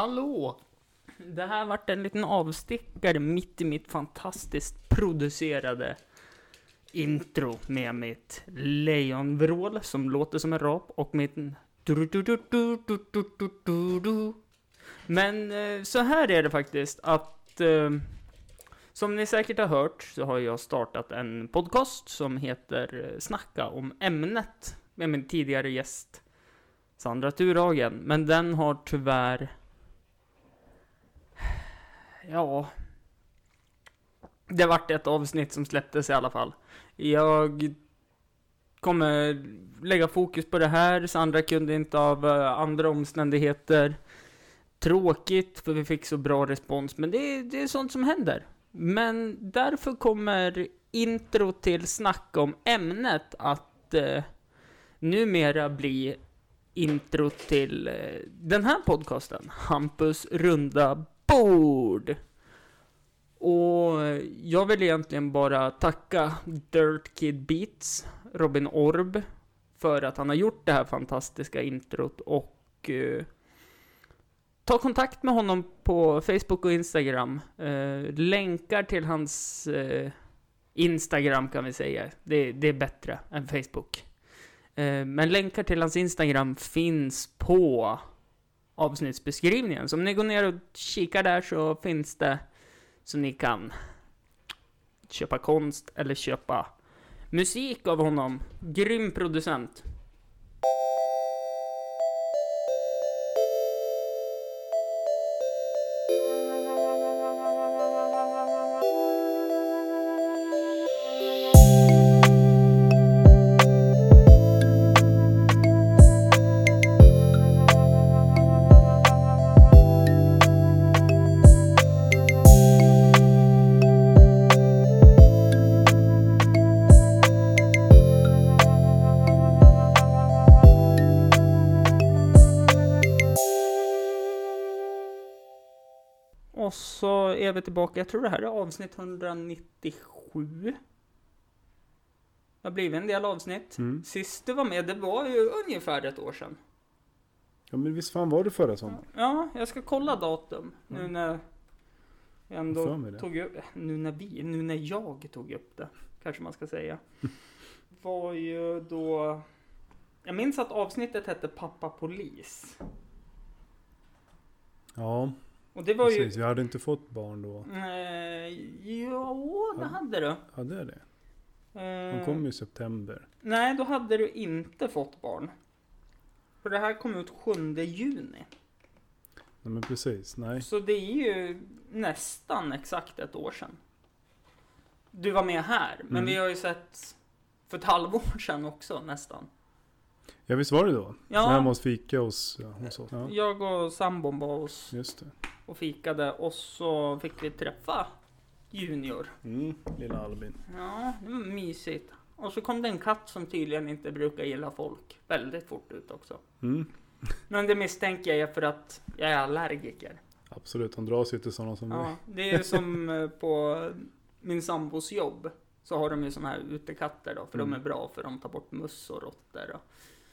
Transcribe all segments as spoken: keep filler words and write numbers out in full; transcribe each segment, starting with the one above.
Hallå! Det här vart en liten avstickare mitt i mitt fantastiskt producerade intro med mitt lejonvrål som låter som en rap och mitt men så här är det faktiskt att som ni säkert har hört så har jag startat en podcast som heter Snacka om ämnet med min tidigare gäst Sandra Thurhagen, men den har tyvärr ja det vart ett avsnitt som släpptes i alla fall. Jag kommer lägga fokus på det här. Sandra kunde inte av andra omständigheter. Tråkigt för vi fick så bra respons, men det, det är sånt som händer. Men därför kommer intro till Snacka om ämnet att eh, numera bli intro till eh, den här podcasten, Hampus runda bord. Och jag vill egentligen bara tacka Dirt Kid Beats, Robin Orb, för att han har gjort det här fantastiska introt och eh, ta kontakt med honom på Facebook och Instagram. Eh, länkar till hans eh, Instagram kan vi säga. Det, det är bättre än Facebook. Eh, men länkar till hans Instagram finns på avsnittsbeskrivningen. Så om ni går ner och kikar där så finns det så ni kan köpa konst eller köpa musik av honom. Grym producent. Och så är vi tillbaka, jag tror det här är avsnitt etthundranittiosju. Det har blivit en del avsnitt. Mm. Sist du var med, det var ju ungefär ett år sedan. Ja, men visst fan var det förra sommaren? Ja, jag ska kolla datum. Nu mm. när jag ändå tog upp, nu när vi, nu när jag tog upp det, kanske man ska säga. Var ju då, jag minns att avsnittet hette Pappa Polis. Ja. Och det var precis, ju... jag hade inte fått barn då. Nej, ja, det hade du. Hade jag det? Han kom ju i september. Nej, då hade du inte fått barn. För det här kom ut sjunde juni. Nej, men precis, nej. Så det är ju nästan exakt ett år sedan. Du var med här, men mm. vi har ju sett för ett halvår sedan också, nästan. Ja, visst var det då? Ja. Så här måste fika hos, ja, hos oss. Ja. Jag och sambon var hos Just det. och fikade och så fick vi träffa Junior. Mm, lilla Albin. Ja, det var mysigt. Och så kom det en katt som tydligen inte brukar gilla folk. Väldigt fort ut också. Mm. Men det misstänker jag är för att jag är allergiker. Absolut, han dras ju till sådana som ja, det är som på min sambos jobb. Så har de ju sådana här utekatter då. För mm. de är bra för de tar bort möss och råttor då.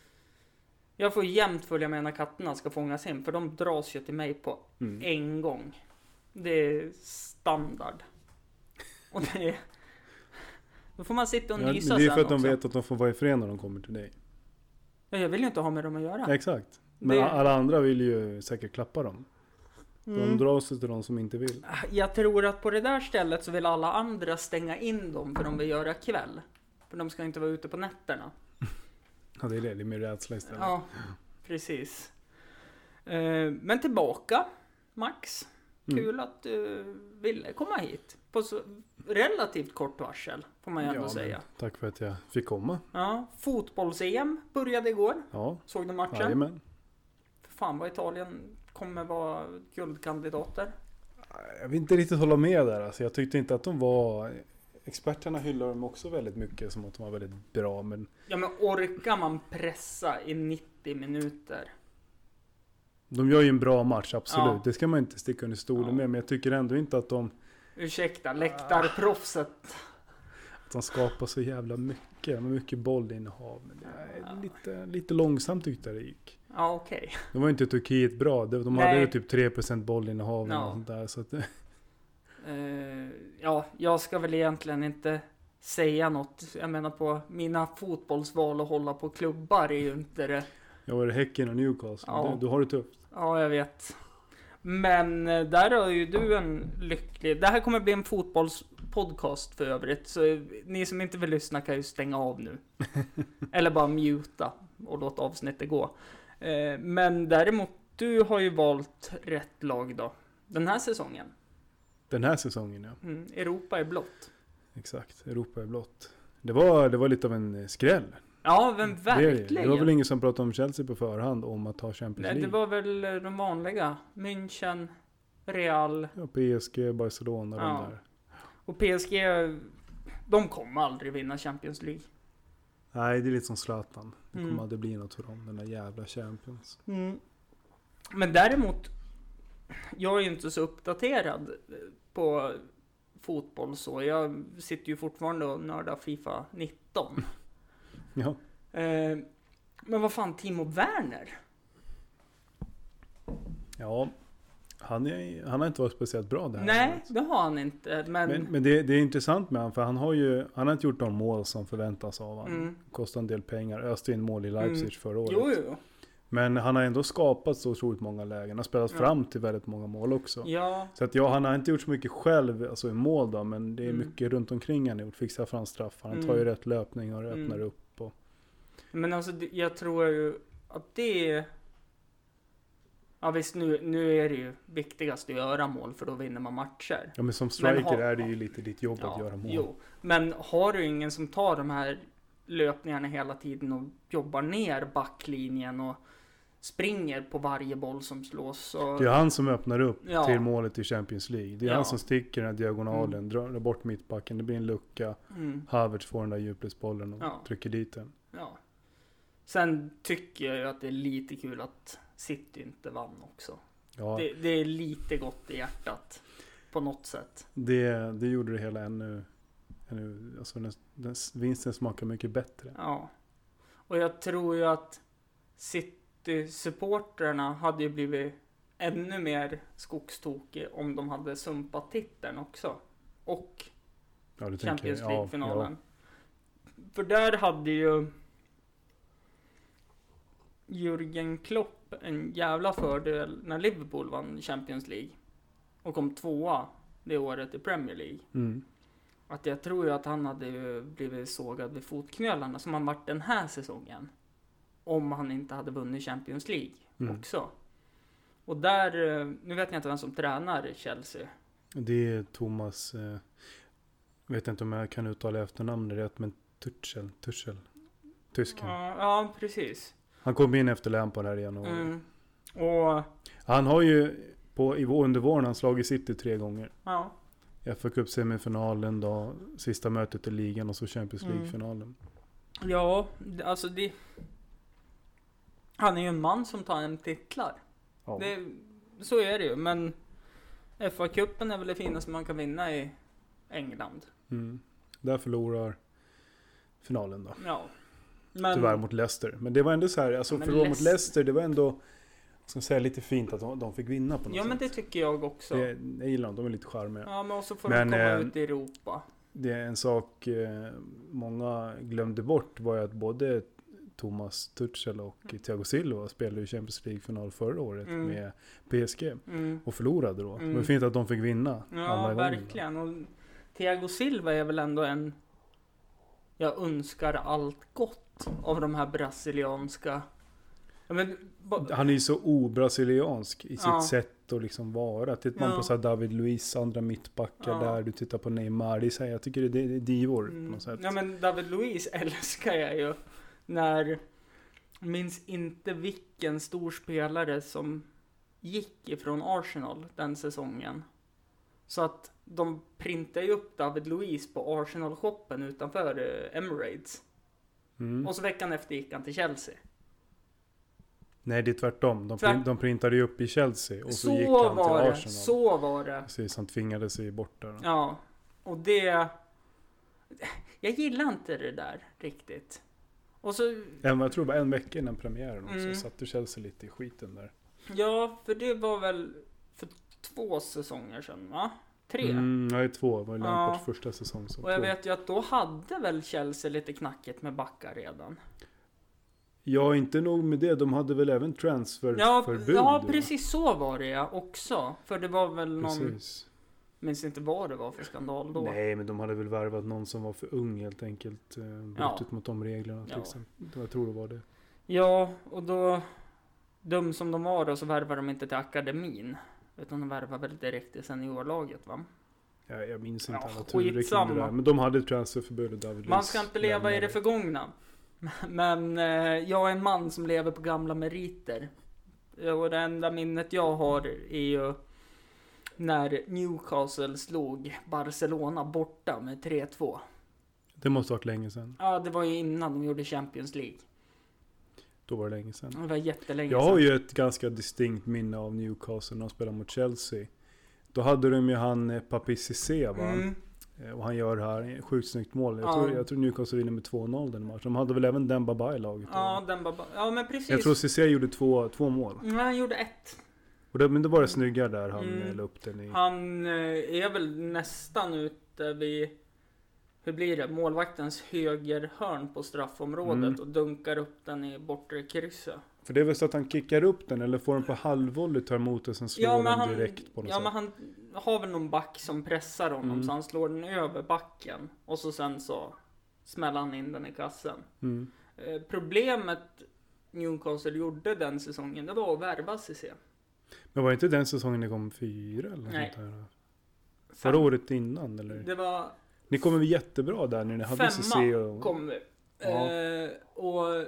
Jag får jämt följa med när katterna ska fångas in. För de dras ju till mig på mm. en gång. Det är standard. Och det är... Då får man sitta och nysa sen. Ja, det är för att de också. vet att de får vara ifred när de kommer till dig. Ja, jag vill ju inte ha med dem att göra. Ja, exakt. Men det... alla andra vill ju säkert klappa dem. Mm. De drar sig till de som inte vill. Jag tror att på det där stället så vill alla andra stänga in dem för de vill göra kväll. För de ska inte vara ute på nätterna. Ja, det är det. Det är mer rädsla istället. Ja, precis. Uh, men tillbaka, Max. Kul mm. att du ville komma hit. På så relativt kort varsel, får man ju ändå ja, säga. Tack för att jag fick komma. Ja, fotbolls-E M började igår. Ja. Såg du matchen? Jajamän. För fan vad Italien kommer vara guldkandidater. Jag vill inte riktigt hålla med där. Alltså, jag tyckte inte att de var... Experterna hyllar dem också väldigt mycket som att de var väldigt bra. Men... Ja, men orkar man pressa i nittio minuter? De gör ju en bra match, absolut. Ja. Det ska man inte sticka under stolen ja. med. Men jag tycker ändå inte att de... Ursäkta, läktarproffset. Att de skapar så jävla mycket. Med mycket bollinnehav. Men det är ja. lite, lite långsamt tyckte jag det gick. Ja, okej. Okay. De var inte Turkiet bra. De, de hade ju typ tre procent bollinnehav ja. och sånt där. Så att, uh, ja, jag ska väl egentligen inte säga något. Jag menar på mina fotbollsval och hålla på klubbar är ju inte det. Jag var det Häcken och Newcastle. Ja. Du, du har det tufft. Ja, jag vet. Men där har ju du en lycklig... Det här kommer bli en fotbollspodcast för övrigt. Så ni som inte vill lyssna kan ju stänga av nu. Eller bara muta och låta avsnittet gå. Men däremot, du har ju valt rätt lag då. Den här säsongen. Den här säsongen, ja. Mm, Europa är blått. Exakt, Europa är blått. Det var, det var lite av en skräll. Ja, men verkligen. Det, det var väl ingen som pratade om Chelsea på förhand om att ta Champions League. Nej, det var väl de vanliga. München, Real. Ja, P S G, Barcelona och ja. de där. Och P S G, de kommer aldrig vinna Champions League. Nej, det är lite som Zlatan. Det kommer mm. aldrig bli något för dem, den där jävla Champions. Mm. Men däremot, jag är ju inte så uppdaterad på fotboll så. Jag sitter ju fortfarande och nördar FIFA nitton. Ja. Eh, men vad fan, Timo Werner? Ja, han, är, han har inte varit speciellt bra där. Nej, det har han inte. Men, men, men det, det är intressant med han, för han har ju han har inte gjort de mål som förväntas av honom. Mm. Kostar en del pengar. Öste in mål i Leipzig mm. förra året. Jo, jo. Men han har ändå skapat så otroligt många lägen. Han har spelat ja. fram till väldigt många mål också. Ja. Så att ja, han har inte gjort så mycket själv, alltså i mål då, men det är mm. mycket runt omkring han har gjort. Fixar fram straffar, han mm. tar ju rätt löpningar och öppnar mm. upp. Och... Men alltså, jag tror ju att det är... Ja visst, nu, nu är det ju viktigast att göra mål, för då vinner man matcher. Ja, men som striker men har, är det ju lite ditt jobb ja, att göra mål. Jo, men har du ingen som tar de här löpningarna hela tiden och jobbar ner backlinjen och springer på varje boll som slås. Och... Det är han som öppnar upp ja. till målet i Champions League. Det är ja. han som sticker den här diagonalen, mm. drar bort mittbacken, det blir en lucka. Mm. Havertz får den där djupledsbollen och ja. trycker dit den. Ja. Sen tycker jag ju att det är lite kul att City inte vann också. Ja. Det, det är lite gott i hjärtat på något sätt. Det, det gjorde det hela ännu, ännu alltså den, den, vinsten smakar mycket bättre. Ja. Och jag tror ju att City-supporterna hade ju blivit ännu mer skogstokig om de hade sumpat titeln också. Och ja, Champions League-finalen. Ja, ja. För där hade ju Jürgen Klopp en jävla fördel när Liverpool vann Champions League och kom tvåa det året i Premier League. Mm. Att jag tror ju att han hade ju blivit sågad vid fotknölarna som han varit den här säsongen. Om han inte hade vunnit Champions League mm. också. Och där, nu vet jag inte vem som tränar Chelsea. Det är Thomas, eh, vet inte om jag kan uttala efternamnet rätt, men Tuchel, Tuchel, tysken. Ja, ja, precis. Han kom in efter Lampard här igen. Och mm. och han har ju på, i, under våren han slagit City tre gånger. Ja. F A Cup semifinalen då, sista mötet i ligan och så Champions League-finalen. Mm. Ja, alltså det... Han är ju en man som tar en titlar. Ja. Det, så är det ju, men F A-cupen är väl det finaste man kan vinna i England. Mm. Där förlorar finalen då. Ja. Men, tyvärr mot Leicester. Men det var ändå så här, alltså förlora Leicester... mot Leicester, det var ändå, ska jag säga, lite fint att de, de fick vinna på något ja, sätt. Ja, men det tycker jag också. Det, jag gillar dem, de är lite charmiga. Ja, men också får men, de komma eh, ut i Europa. Det är en sak eh, många glömde bort var ju att både Thomas Tuchel och mm. Thiago Silva spelade ju Champions League-final förra året mm. med P S G mm. och förlorade då. Mm. Men fint att de fick vinna. Ja, verkligen. Och Thiago Silva är väl ändå en, jag önskar allt gott av de här brasilianska. Ja, men, ba... Han är ju så obrasiliansk i sitt ja. sätt att liksom vara. Tittar man ja. på så här David Luiz, andra mittbackar ja. där, du tittar på Neymar, det är så här, jag tycker det är, det är divor mm. på något sätt. Ja, men David Luiz älskar jag ju. När, minns inte vilken stor spelare som gick ifrån Arsenal den säsongen. Så att de printade ju upp David Luiz på Arsenal-shoppen utanför eh, Emirates. Mm. Och så veckan efter gick han till Chelsea. Nej, det är tvärtom. De, print, de printade ju upp i Chelsea och så, så gick han till det, Arsenal. Så var det. Precis, han tvingade sig bort där. Ja, och det... Jag gillar inte det där riktigt. Och så, en, jag tror det var en vecka innan premiären också. Mm. Satte Chelsea lite i skiten där. ja, för det var väl för två säsonger sedan, va? Tre? Mm, nej, två. Det var ju Lampards Ja. första säsong. Så Och jag två. vet ju att då hade väl Chelsea lite knackigt med backar redan. Ja, inte nog med det. De hade väl även transferförbud. Ja, ja va? precis så var det ja, också. För det var väl någon, Precis. minns inte vad det var för skandal då. Nej, men de hade väl värvat någon som var för ung helt enkelt. Eh, brutit Ja. mot de reglerna till Ja. exempel. Jag tror det var det. Ja, och då, dum som de var då, så värvade de inte till akademin. Utan de värvade väl direkt i seniorlaget, va? Ja, jag minns inte Ja, alla turer kring skitsamma. det där. Men de hade transferförbud och David Man Luiz ska inte leva i lämnade. det förgångna. Men eh, jag är en man som lever på gamla meriter. Och det enda minnet jag har är ju när Newcastle slog Barcelona borta med tre två. Det måste ha varit länge sedan. Ja, det var ju innan de gjorde Champions League. Då var det länge sedan. Det var jättelänge Jag sedan. har ju ett ganska distinkt minne av Newcastle när de spelade mot Chelsea. Då hade de ju han eh, Papi Cissé, va? Mm. Eh, Och han gör det här, sjukt snyggt mål. Jag, Ja. tror, jag tror Newcastle vinner med två noll den matchen. De hade väl även Demba Ba i laget. Ja, den bara, ja, men precis. Jag tror Cissé gjorde två, två mål. Nej, han gjorde ett. Och det, men det var det snygga där han Mm. mm. la upp den i. Han eh, är väl nästan ute vid, hur blir det, målvaktens högerhörn på straffområdet Mm. och dunkar upp den i bortre krysset. För det är väl så att han kickar upp den eller får den på halvvolley, tar emot och sen slår Ja, men den han, direkt på något ja, sätt. men han har väl någon back som pressar honom Mm. så han slår den över backen och så sen så smäller han in den i kassen. Mm. Eh, problemet Newcastle gjorde den säsongen, det var att värva C C. Men var inte den säsongen ni kom fyra eller något Nej. sånt här? Förra året innan eller? Det var Ni kommer väl jättebra där när ni hade Cissé femma och... kom vi. Ja. Eh, och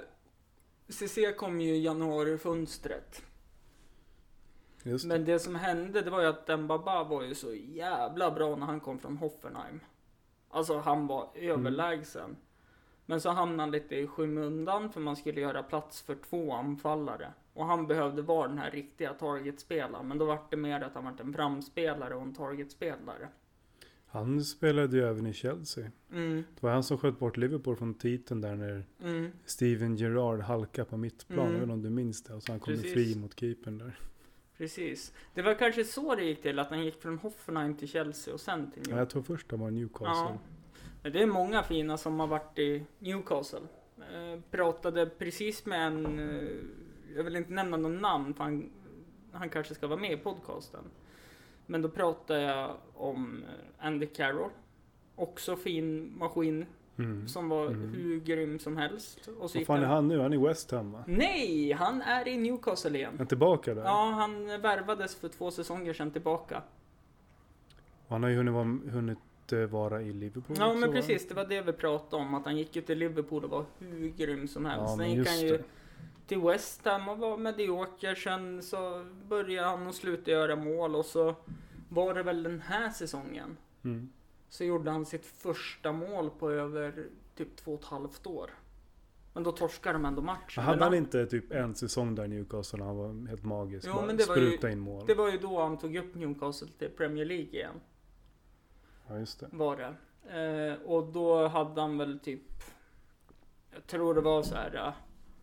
C C kom ju i januari-fönstret. Just det. Men det som hände, det var ju att Demba Ba var ju så jävla bra när han kom från Hoffenheim. Alltså han var överlägsen. Men så hamnade han lite i skymundan för man skulle göra plats för två anfallare. Och han behövde vara den här riktiga targetspelaren. Men då var det mer att han var en framspelare och en targetspelare. Han spelade ju även i Chelsea. Mm, Det var han som sköt bort Liverpool från titeln där när mm. Steven Gerrard halkade på mittplan. Mm. Jag vet inte om du minns det. Och så han kom Precis. fri mot keepern där. Precis. Det var kanske så det gick till, att han gick från Hoffenheim till Chelsea och sen till Ja, Newcastle. jag tror först han var Newcastle. Ja. Men det är många fina som har varit i Newcastle. Eh, pratade precis med en, eh, jag vill inte nämna någon namn för han, han kanske ska vara med i podcasten. Men då pratade jag om eh, Andy Carroll. Också fin maskin Mm. som var Mm. hur grym som helst. Och så Vad gick fan är han- han nu? Han är i West Ham, va? Nej, han är i Newcastle igen. Är han tillbaka där? Ja, han värvades för två säsonger sedan tillbaka. Och han har ju hunnit vara, hunnit eh, vara i Liverpool Ja, också, men va? precis. Det var det vi pratade om. Att han gick ju till Liverpool och var hur grym som helst. Ja, Sen men gick just han ju det. till West Ham och var medioker. Sen så började han och sluta göra mål. Och så var det väl den här säsongen. Mm. Så gjorde han sitt första mål på över typ två och ett halvt år. Men då torskade de ändå matchen. Men hade Men han inte typ en säsong där i Newcastle när han var helt magisk? Jo, Bara men det var ju- spruta in mål. Det var ju då han tog upp Newcastle till Premier League igen. Ja, just det. Var det. Eh, och då hade han väl typ, jag tror det var så här eh,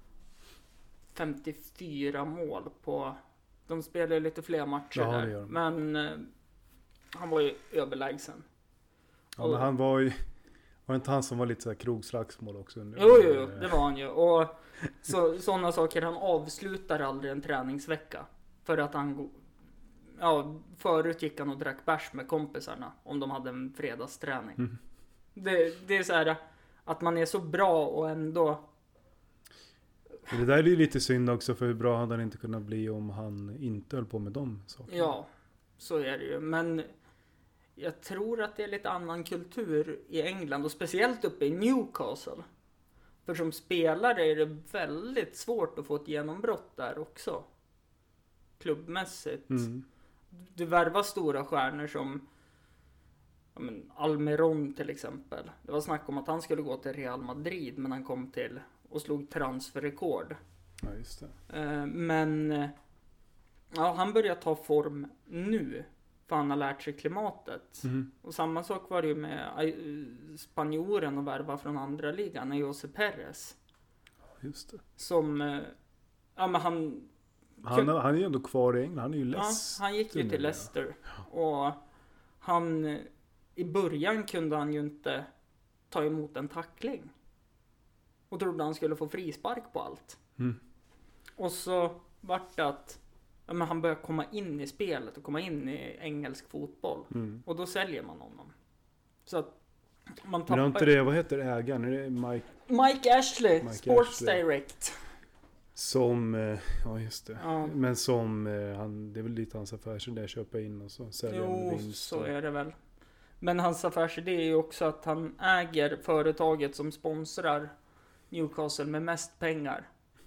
femtiofyra mål på, de spelade lite fler matcher Ja, det där. gör de. Men eh, han var ju överlägsen. Ja, men han var ju... Var det inte han som var lite så här krogslagsmål också? Under, Jo, jo, jo, det var han ju. Och så, sådana saker, han avslutar aldrig en träningsvecka. För att han, go- ja, förut gick han och drack bärs med kompisarna om de hade en fredagsträning. Mm. Det, det är så här att man är så bra och ändå, Det där är ju lite synd också, för hur bra hade han inte kunnat bli om han inte höll på med de sakerna. ja, så är det ju. Men jag tror att det är lite annan kultur i England och speciellt uppe i Newcastle. För som spelare är det väldigt svårt att få ett genombrott där också. Klubbmässigt. Mm. Du värvar stora stjärnor som ja, men Almiron till exempel. Det var snack om att han skulle gå till Real Madrid, men han kom till och slog transferrekord. Ja, just det. Eh, Men eh, ja, han börjar ta form nu. För han har lärt sig klimatet. Mm. Och samma sak var det ju med eh, spanjoren och värva från andra ligan, Jose Perez. just det. Som, eh, ja men han... Han, han är ju ändå kvar i England, han är ju Ja, Leicester. han gick ju till Leicester. Och han, i början kunde han ju inte ta emot en tackling. Och trodde han skulle få frispark på allt. Mm. Och så vart det att ja, men han började komma in i spelet och komma in i engelsk fotboll. Mm. Och då säljer man honom. Så att man Men har inte tappar... det, vad heter ägaren? Är det Mike? Mike Ashley, Mike Sports Ashley. Direct. Som, eh, ja just det. Ja. Men som, eh, han, det är väl lite hans affärsidé, köpa in och så sälja med Jo, vinst. så och- är det väl. Men hans affärsidé är ju också att han äger företaget som sponsrar Newcastle med mest pengar.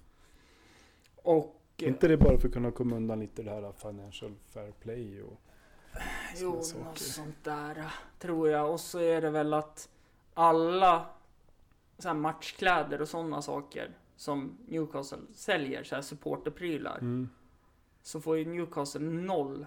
Och... Inte det bara för att kunna komma undan lite det här financial fair play och Jo, såna något saker. sånt där tror jag. Och så är det väl att alla så här matchkläder och sådana saker som Newcastle säljer, så här supporterprylar, Mm. så får ju Newcastle noll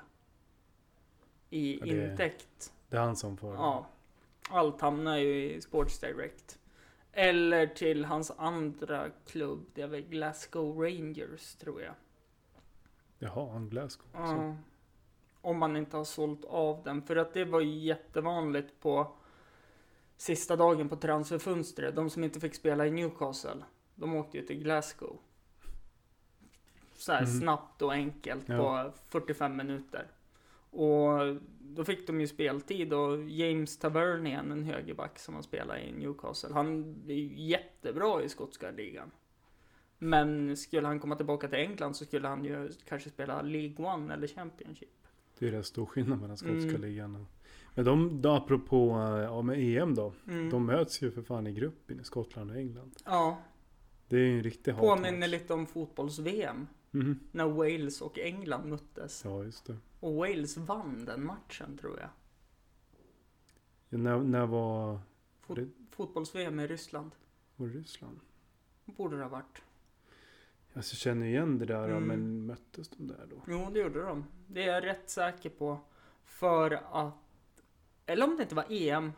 i Ja, det- intäkt. Det är han som får. Ja, allt hamnar ju i Sports Direct. Eller till hans andra klubb, det är väl Glasgow Rangers tror jag. Jaha, han Glasgow. Ja. Så. Om man inte har sålt av den. För att det var ju jättevanligt på sista dagen på transferfönstret. De som inte fick spela i Newcastle, de åkte ju till Glasgow. Så här Mm. snabbt och enkelt Ja. på fyrtiofem minuter. Och då fick de ju speltid och James Tavernier, en högerback som har spelat i Newcastle, han är ju jättebra i skotska ligan. Men skulle han komma tillbaka till England så skulle han ju kanske spela League One eller Championship. Det är rätt stor skillnad mellan skotska Mm. ligan och... Men de, då apropå eh, ja, med E M då. Mm. De möts ju för fan i gruppen i Skottland och England. Ja, Det är ju en riktig hatmatch. påminner lite om fotbolls-V M. Mhm. När Wales och England möttes. Ja, just det. Och Wales vann den matchen tror jag. Ja, när, när var... Fot- det- Fotbolls-V M i Ryssland. Var det Ryssland? Borde det ha varit. Alltså, jag känner igen det där, Mm. men möttes de där då? Jo, det gjorde de. Det är jag rätt säker på. För att... Eller om det inte var E M.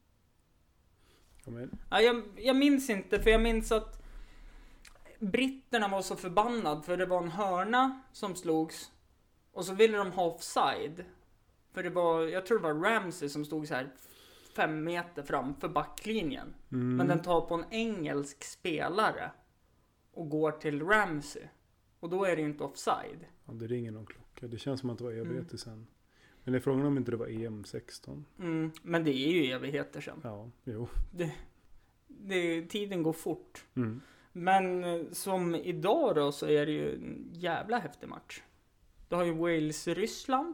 Ja, men, Ja, jag, jag minns inte, för jag minns att britterna var så förbannad för det var en hörna som slogs och så ville de ha offside. För det var, jag tror det var Ramsey som stod så här fem meter framför backlinjen. mm. Men den tar på en engelsk spelare och går till Ramsey. Och då är det inte offside. Ja, det ringer någon klocka. Det känns som att det var evigheter Mm. sen. Men det är frågan om inte det var E M sexton. Mm, men det är ju evigheter sedan. Ja, jo. Det, det, tiden går fort. Mm. Men eh, som idag då så är det ju en jävla häftig match. Du har ju Wales-Ryssland.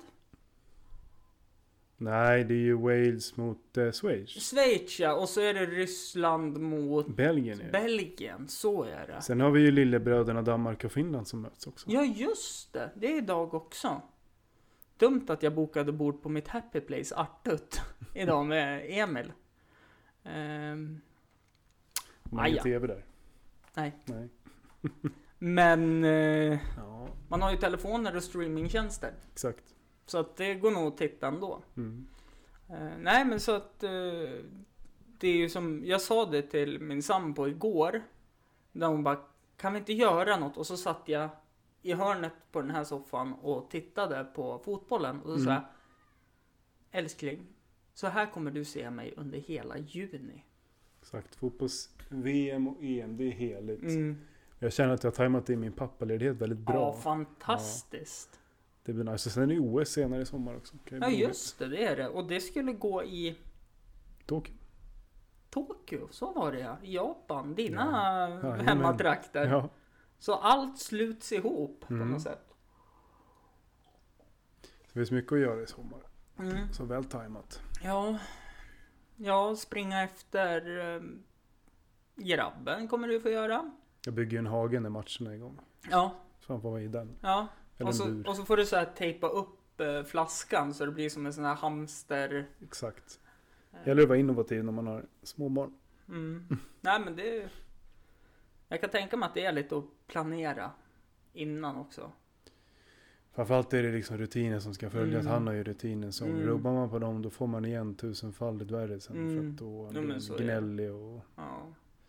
Nej, det är ju Wales mot eh, Schweiz. Schweiz ja, och så är det Ryssland mot Belgien är det. Belgien, så är det. Sen har vi ju lillebröderna Danmark och Finland som möts också. Ja just det, det är idag också. Dumt att jag bokade bord på mitt Happy Place Artut idag med Emil. Ehm, Man har ingen Aja. tv där. nej, Nej. men eh, Ja, man har ju telefoner och streamingtjänster. exakt. Så att det går nog att titta ändå. Mm. Eh, nej men så att eh, det är ju som, jag sa det till min sambo igår. Där hon bara, kan vi inte göra något? Och så satt jag i hörnet på den här soffan och tittade på fotbollen. Och så Mm. sa jag, älskling, så här kommer du se mig under hela juni. Exakt. Fotbolls-V M och E M, det är heligt. Mm. Jag känner att jag har tajmat i min pappaledighet väldigt bra. Ja, fantastiskt. Det blir nice. Sen är det O S senare i sommar också. Kan ju Ja, bli just det, det är det. Och det skulle gå i roligt. Tokyo. Tokyo, så var det ja. I Japan, dina Ja, jajamän. hemmatrakter. Ja. Så allt sluts ihop på Mm. något sätt. Det finns mycket att göra i sommar. Mm. Så väl tajmat. Ja, ja, springa efter eh, grabben kommer du få göra. Jag bygger en hage när matchen är igång. Ja, Så han får vara i den. ja. Eller Och så, en bur. och så får du så här tejpa upp eh, flaskan så det blir som en sån här hamster. Exakt. eh, Gäller att vara innovativ när man har små barn. Mm. Nej men det, jag kan tänka mig att det är lite att planera innan också. Framförallt är det liksom rutiner som ska följas. Mm. Han har ju rutinen som Mm. rubbar man på dem då får man igen tusenfaldigt värre sen. Mm. För att då Ja, blir men man så är det. gnällig och... Ja.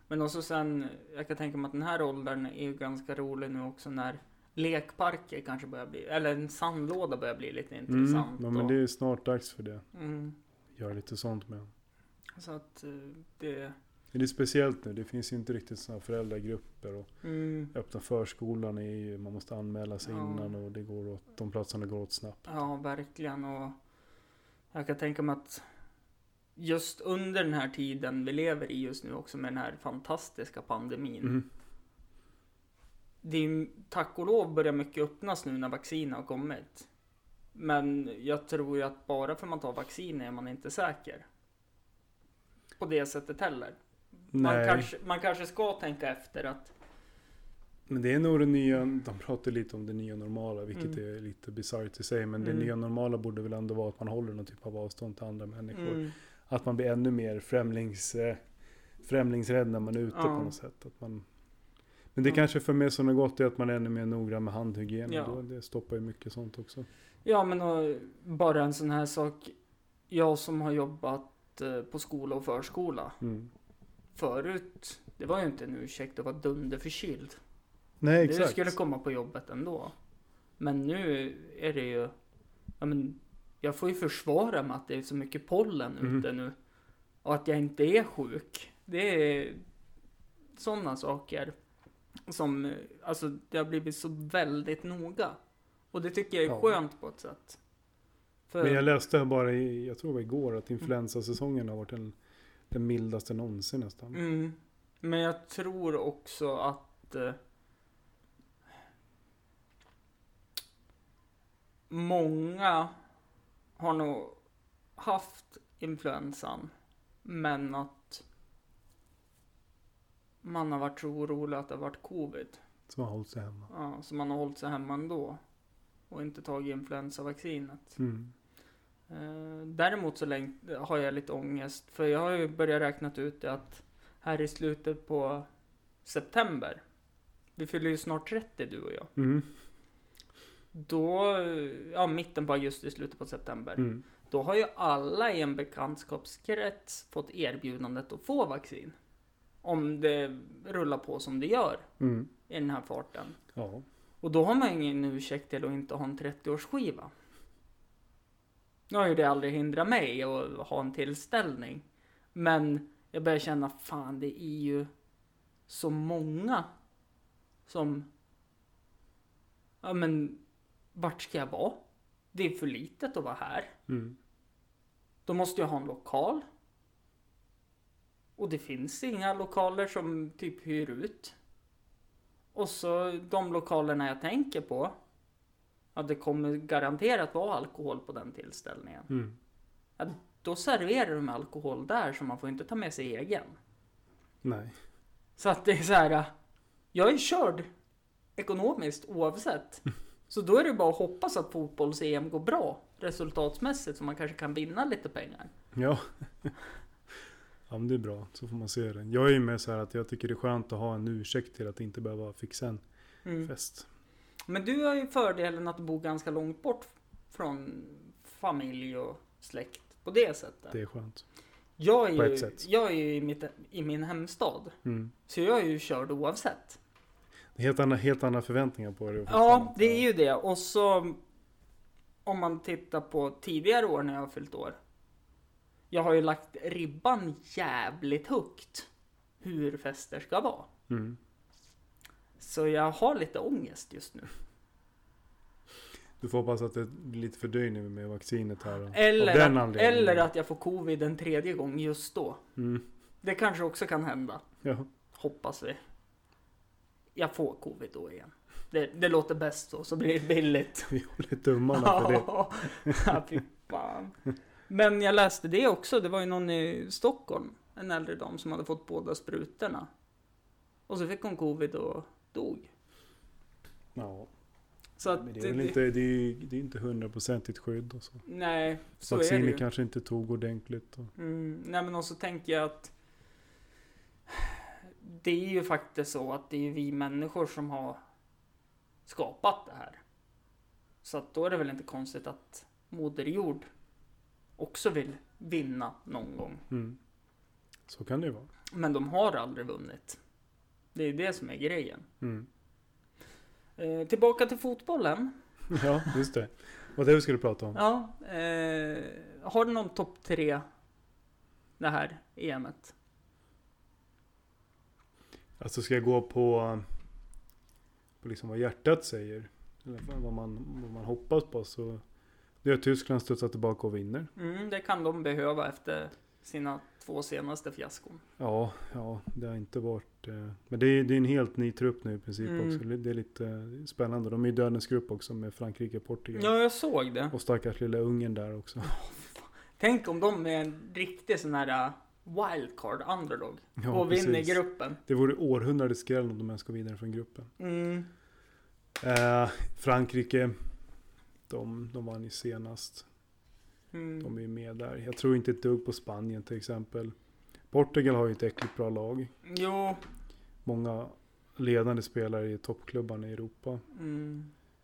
Men också sen, jag kan tänka mig att den här åldern är ju ganska rolig nu också när lekparker kanske börjar bli, eller en sandlåda börjar bli lite intressant. Mm, ja, men det är snart dags för det. Mm. Gör lite sånt med. Så att det... Det är speciellt nu, det finns ju inte riktigt sådana föräldragrupper och mm. öppna förskolan är ju, man måste anmäla sig ja. innan och det går åt, de platserna går åt snabbt. Ja, verkligen. Och jag kan tänka mig att just under den här tiden vi lever i just nu också med den här fantastiska pandemin. Mm. Det är tack och lov börjar mycket öppnas nu när vaccin har kommit. Men jag tror ju att bara för man tar vaccin är man inte säker. På det sättet heller. Man kanske, man kanske ska tänka efter att... Men det är nog det nya, de pratar lite om det nya normala, vilket mm. är lite bisarrt i sig. Men mm. det nya normala borde väl ändå vara att man håller någon typ av avstånd till andra människor. Mm. Att man blir ännu mer främlings, främlingsrädd när man är ute ja. på något sätt. Att man, men det mm. kanske för mig som är gott är att man är ännu mer noggrann med handhygien. Ja. Då, det stoppar ju mycket sånt också. Ja, men och, bara en sån här sak. Jag som har jobbat eh, på skola och förskola. Mm. Förut, det var ju inte en ursäkt att vara dunderförkyld. Nej, exakt. Det skulle komma på jobbet ändå. Men nu är det ju... Ja, men, jag får ju försvara mig att det är så mycket pollen mm. ute nu. Och att jag inte är sjuk. Det är sådana saker som... Alltså, det har blivit så väldigt noga. Och det tycker jag är ja. skönt på ett sätt. För... Men jag läste bara, i, jag tror det var igår, att influensasäsongen har varit den, den mildaste någonsin nästan. Mm. Men jag tror också att... Eh, många har nog haft influensan, men att man har varit så orolig att det har varit covid. Så man har hållit sig hemma. Ja, så man har hållit sig hemma ändå och inte tagit influensavaccinet. Mm. Eh, däremot så länge har jag lite ångest, för jag har ju börjat räkna ut det att här i slutet på september, vi fyller ju snart trettio du och jag. Mm. Då, ja, mitten på augusti, slutet på september. Mm. Då har ju alla i en bekantskapskrets fått erbjudandet att få vaccin. Om det rullar på som det gör mm. i den här farten. Ja. Och då har man ingen ursäkt till att inte ha en trettio-årsskiva. Nu har ju det aldrig hindrat mig att ha en tillställning. Men jag börjar känna, fan, det är ju så många som... Ja, men... Vart ska jag vara? Det är för litet att vara här. Mm. Då måste jag ha en lokal. Och det finns inga lokaler som typ hyr ut. Och så de lokalerna jag tänker på. Ja, det kommer garanterat vara alkohol på den tillställningen. Mm. Ja, då serverar de alkohol där, så man får inte ta med sig egen. Nej. Så att det är så här. Jag är körd ekonomiskt oavsett. Så då är det bara att hoppas att fotbolls-E M går bra resultatsmässigt, så man kanske kan vinna lite pengar. Ja. Ja, men det är bra. Så får man se det. Jag är ju med så här att jag tycker det är skönt att ha en ursäkt till att inte behöva fixa en mm. fest. Men du har ju fördelen att bo ganska långt bort från familj och släkt på det sättet. Det är skönt. Jag är ju, på ett sätt. Jag är ju i, mitt, i min hemstad. Mm. Så jag är ju körd oavsett. Helt andra, helt andra förväntningar på det. Ja, det är ju det. Och så om man tittar på tidigare år när jag har fyllt år. Jag har ju lagt ribban jävligt högt hur fester ska vara. Mm. Så jag har lite ångest just nu. Du får hoppas att det blir lite fördröjning med vaccinet här. Eller, den att, eller att jag får covid en tredje gång just då. Mm. Det kanske också kan hända. Ja. Hoppas vi. Jag får covid då igen. Det, det låter bäst så, så blir det billigt. Vi håller tummarna för det. Ja, fy fan. Men jag läste det också. Det var ju någon i Stockholm, en äldre dam som hade fått båda sprutorna. Och så fick hon covid och dog. Ja. Så att, men det är väl inte, det är, det är inte hundraprocentigt skydd och så. Nej, så vacciner är det ju. Kanske inte tog ordentligt. Och... Mm, nej, men också tänker jag att det är ju faktiskt så att det är vi människor som har skapat det här. Så att då är det väl inte konstigt att Moder Jord också vill vinna någon gång. Mm. Så kan det ju vara. Men de har aldrig vunnit. Det är det som är grejen. Mm. Eh, tillbaka till fotbollen. Ja, just det. Vad det vi skulle prata om. Ja, eh, har du någon topp tre det här E M:et? Alltså ska jag gå på, på liksom vad hjärtat säger. Eller vad man, vad man hoppas på, så det är att Tyskland studsar tillbaka och vinner. Mm, det kan de behöva efter sina två senaste fiaskon. Ja, ja, det har inte varit... Eh, men det är, det är en helt ny trupp nu i princip Mm. också. Det är lite eh, spännande. De är i dödens grupp också med Frankrike och Portugal. Ja, jag såg det. Och stackars lilla Ungern där också. Tänk om de är en riktig sån här uh, wildcard underdog. Ja, och vinner precis. gruppen. Det vore århundradets skräll om de ens går vidare från gruppen. Mm. Eh, Frankrike, de, de vann ju senast. Mm. De är ju med där. Jag tror inte ett dugg på Spanien till exempel. Portugal har ju ett äckligt bra lag. Jo. Många ledande spelare i toppklubbarna i Europa. Mm.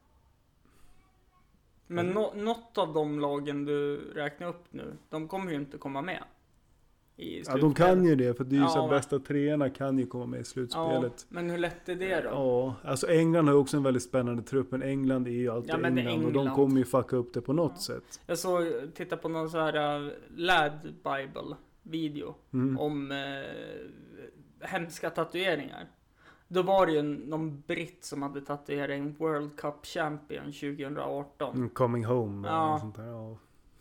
Men no- något av de lagen du räknar upp nu, de kommer ju inte komma med. I Ja, de kan ju det, för det är ju Ja, så här, va? bästa treorna kan ju komma med i Ja, slutspelet. men hur lätt är det då? Ja, alltså England har ju också en väldigt spännande trupp, men England är ju alltid Ja, men England, och de England. kommer ju fucka upp det på något Ja. sätt. Jag såg, titta på någon så här uh, Lad Bible video Mm. om eh, hemska tatueringar. Då var det ju en, någon britt som hade tatuerat en World Cup Champion tjugo arton. Mm, coming home. Ja. Ja. Sånt där, ja.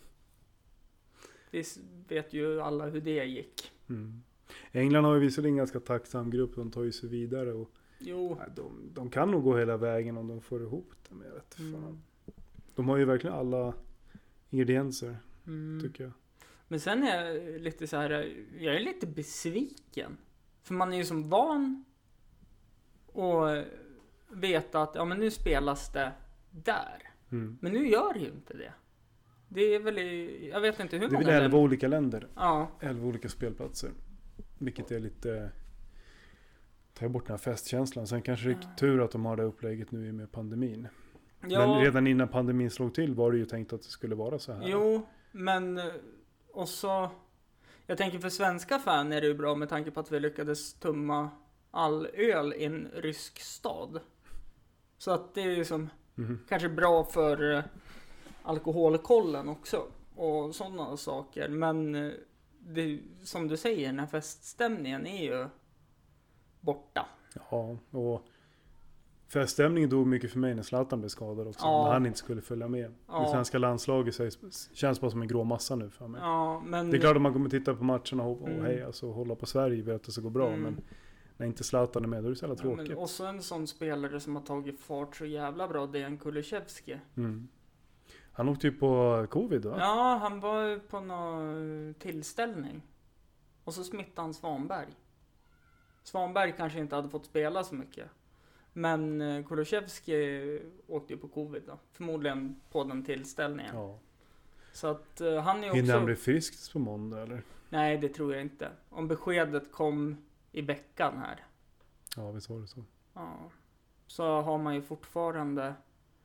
Vi vet ju alla hur det gick. Mm. England har ju visserligen en ganska tacksam grupp, de tar ju sig vidare och Jo. nej, de, de kan nog gå hela vägen om de får ihop det, men jag vet fan. Mm. De har ju verkligen alla ingredienser, Mm. tycker jag. Men sen är jag lite så här, jag är lite besviken. För man är ju som van att veta att ja, men nu spelas det där. Mm. Men nu gör det ju inte det. Det är väl i, jag vet inte hur Det är många väl elva länder- olika länder, Ja, elva olika spelplatser. Vilket är lite, tar bort den här festkänslan. Sen kanske det är tur att de har det upplägget nu i med pandemin. ja Men redan innan pandemin slog till var det ju tänkt att det skulle vara så här. jo, men eh, också, jag tänker för svenska fan är det ju bra med tanke på att vi lyckades tumma all öl i en rysk stad. Så att det är ju som Mhm. kanske bra för eh, alkoholkollen också och sådana saker. Men eh, det, som du säger, den här feststämningen är ju borta. Ja, och feststämningen dog mycket för mig när Zlatan blev skadad också. Ja. När han inte skulle följa med. Ja. Det svenska landslaget sägs, känns bara som en grå massa nu för mig. Ja, men Det är klart att man kommer titta på matcherna och, och Mm. hej, alltså, hålla på Sverige, vet att det ska gå bra. Mm. Men när inte Zlatan är med, då är det så jävla Ja, tråkigt. men också en sån spelare som har tagit fart så jävla bra, Dejan Kulusevski. Mm. Han åkte ju på covid, va? Ja, han var ju på någon tillställning. Och så smittade han Svanberg. Svanberg kanske inte hade fått spela så mycket. Men eh, Kulusevski åkte ju på covid då. Förmodligen på den tillställningen. Ja. Så att eh, han är ju Hinner han också... bli frisk på måndag, eller? Nej, det tror jag inte. Om beskedet kom i veckan här. Ja, visst var det så. Ja. Så har man ju fortfarande...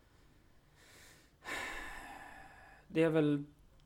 Det är väl...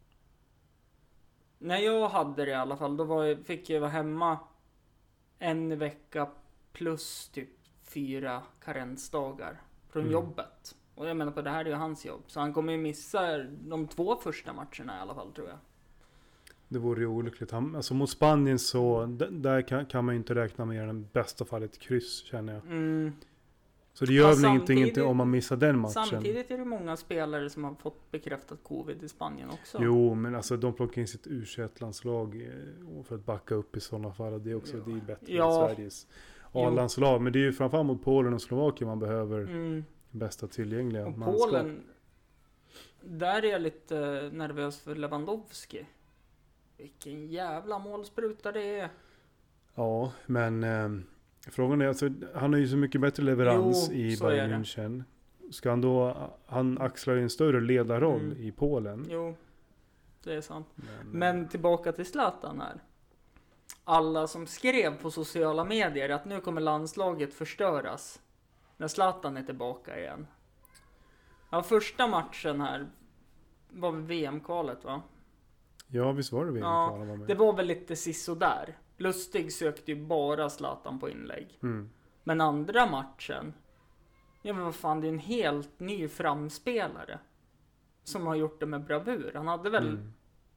När jag hade det i alla fall, då var jag, fick jag vara hemma en vecka plus typ fyra karensdagar från Mm. jobbet. Och jag menar på det här är ju hans jobb. Så han kommer ju missa de två första matcherna i alla fall, tror jag. Det vore ju olyckligt. Han, alltså mot Spanien så, d- där kan, kan man ju inte räkna med den bästa fallet kryss, känner jag. Mm. Så det gör Fast väl ingenting samtidigt- inte om man missar den matchen. Samtidigt är det många spelare som har fått bekräftat covid i Spanien också. Jo, men alltså de plockar in sitt U tjugoett-landslag eh, för att backa upp i sådana fall. Det är också Ja. det är bättre Ja. än Sveriges Jo. A-landslag. Men det är ju framförallt mot Polen och Slovakien man behöver Mm. bästa tillgängliga Och manskap. Polen, där är jag lite nervös för Lewandowski. Vilken jävla målspruta det är. Ja, men eh, frågan är alltså, han har ju så mycket bättre leverans Jo, i så är Bayern det. München. Ska han då, han axlar ju en större ledarroll Mm. i Polen. Jo, det är sant. Men, Men tillbaka till Zlatan här. Alla som skrev på sociala medier att nu kommer landslaget förstöras när Zlatan är tillbaka igen. Ja, första matchen här var V M-kvalet, va? ja, visst var det vi Ja, med. Det var väl lite sisådär. Lustig sökte ju bara Zlatan på inlägg. Mm. Men andra matchen, ja men vad fan, det är en helt ny framspelare som har gjort det med bravur. Han hade väl Mm.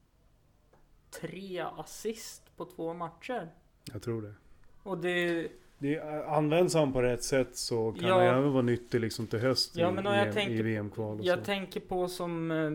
tre assist på två matcher. Jag tror det. Och det... det används han på rätt sätt så kan Ja. han även vara nyttig liksom till höst Ja, i, men jag i, tänker- i V M-kval och Jag så. tänker på som eh,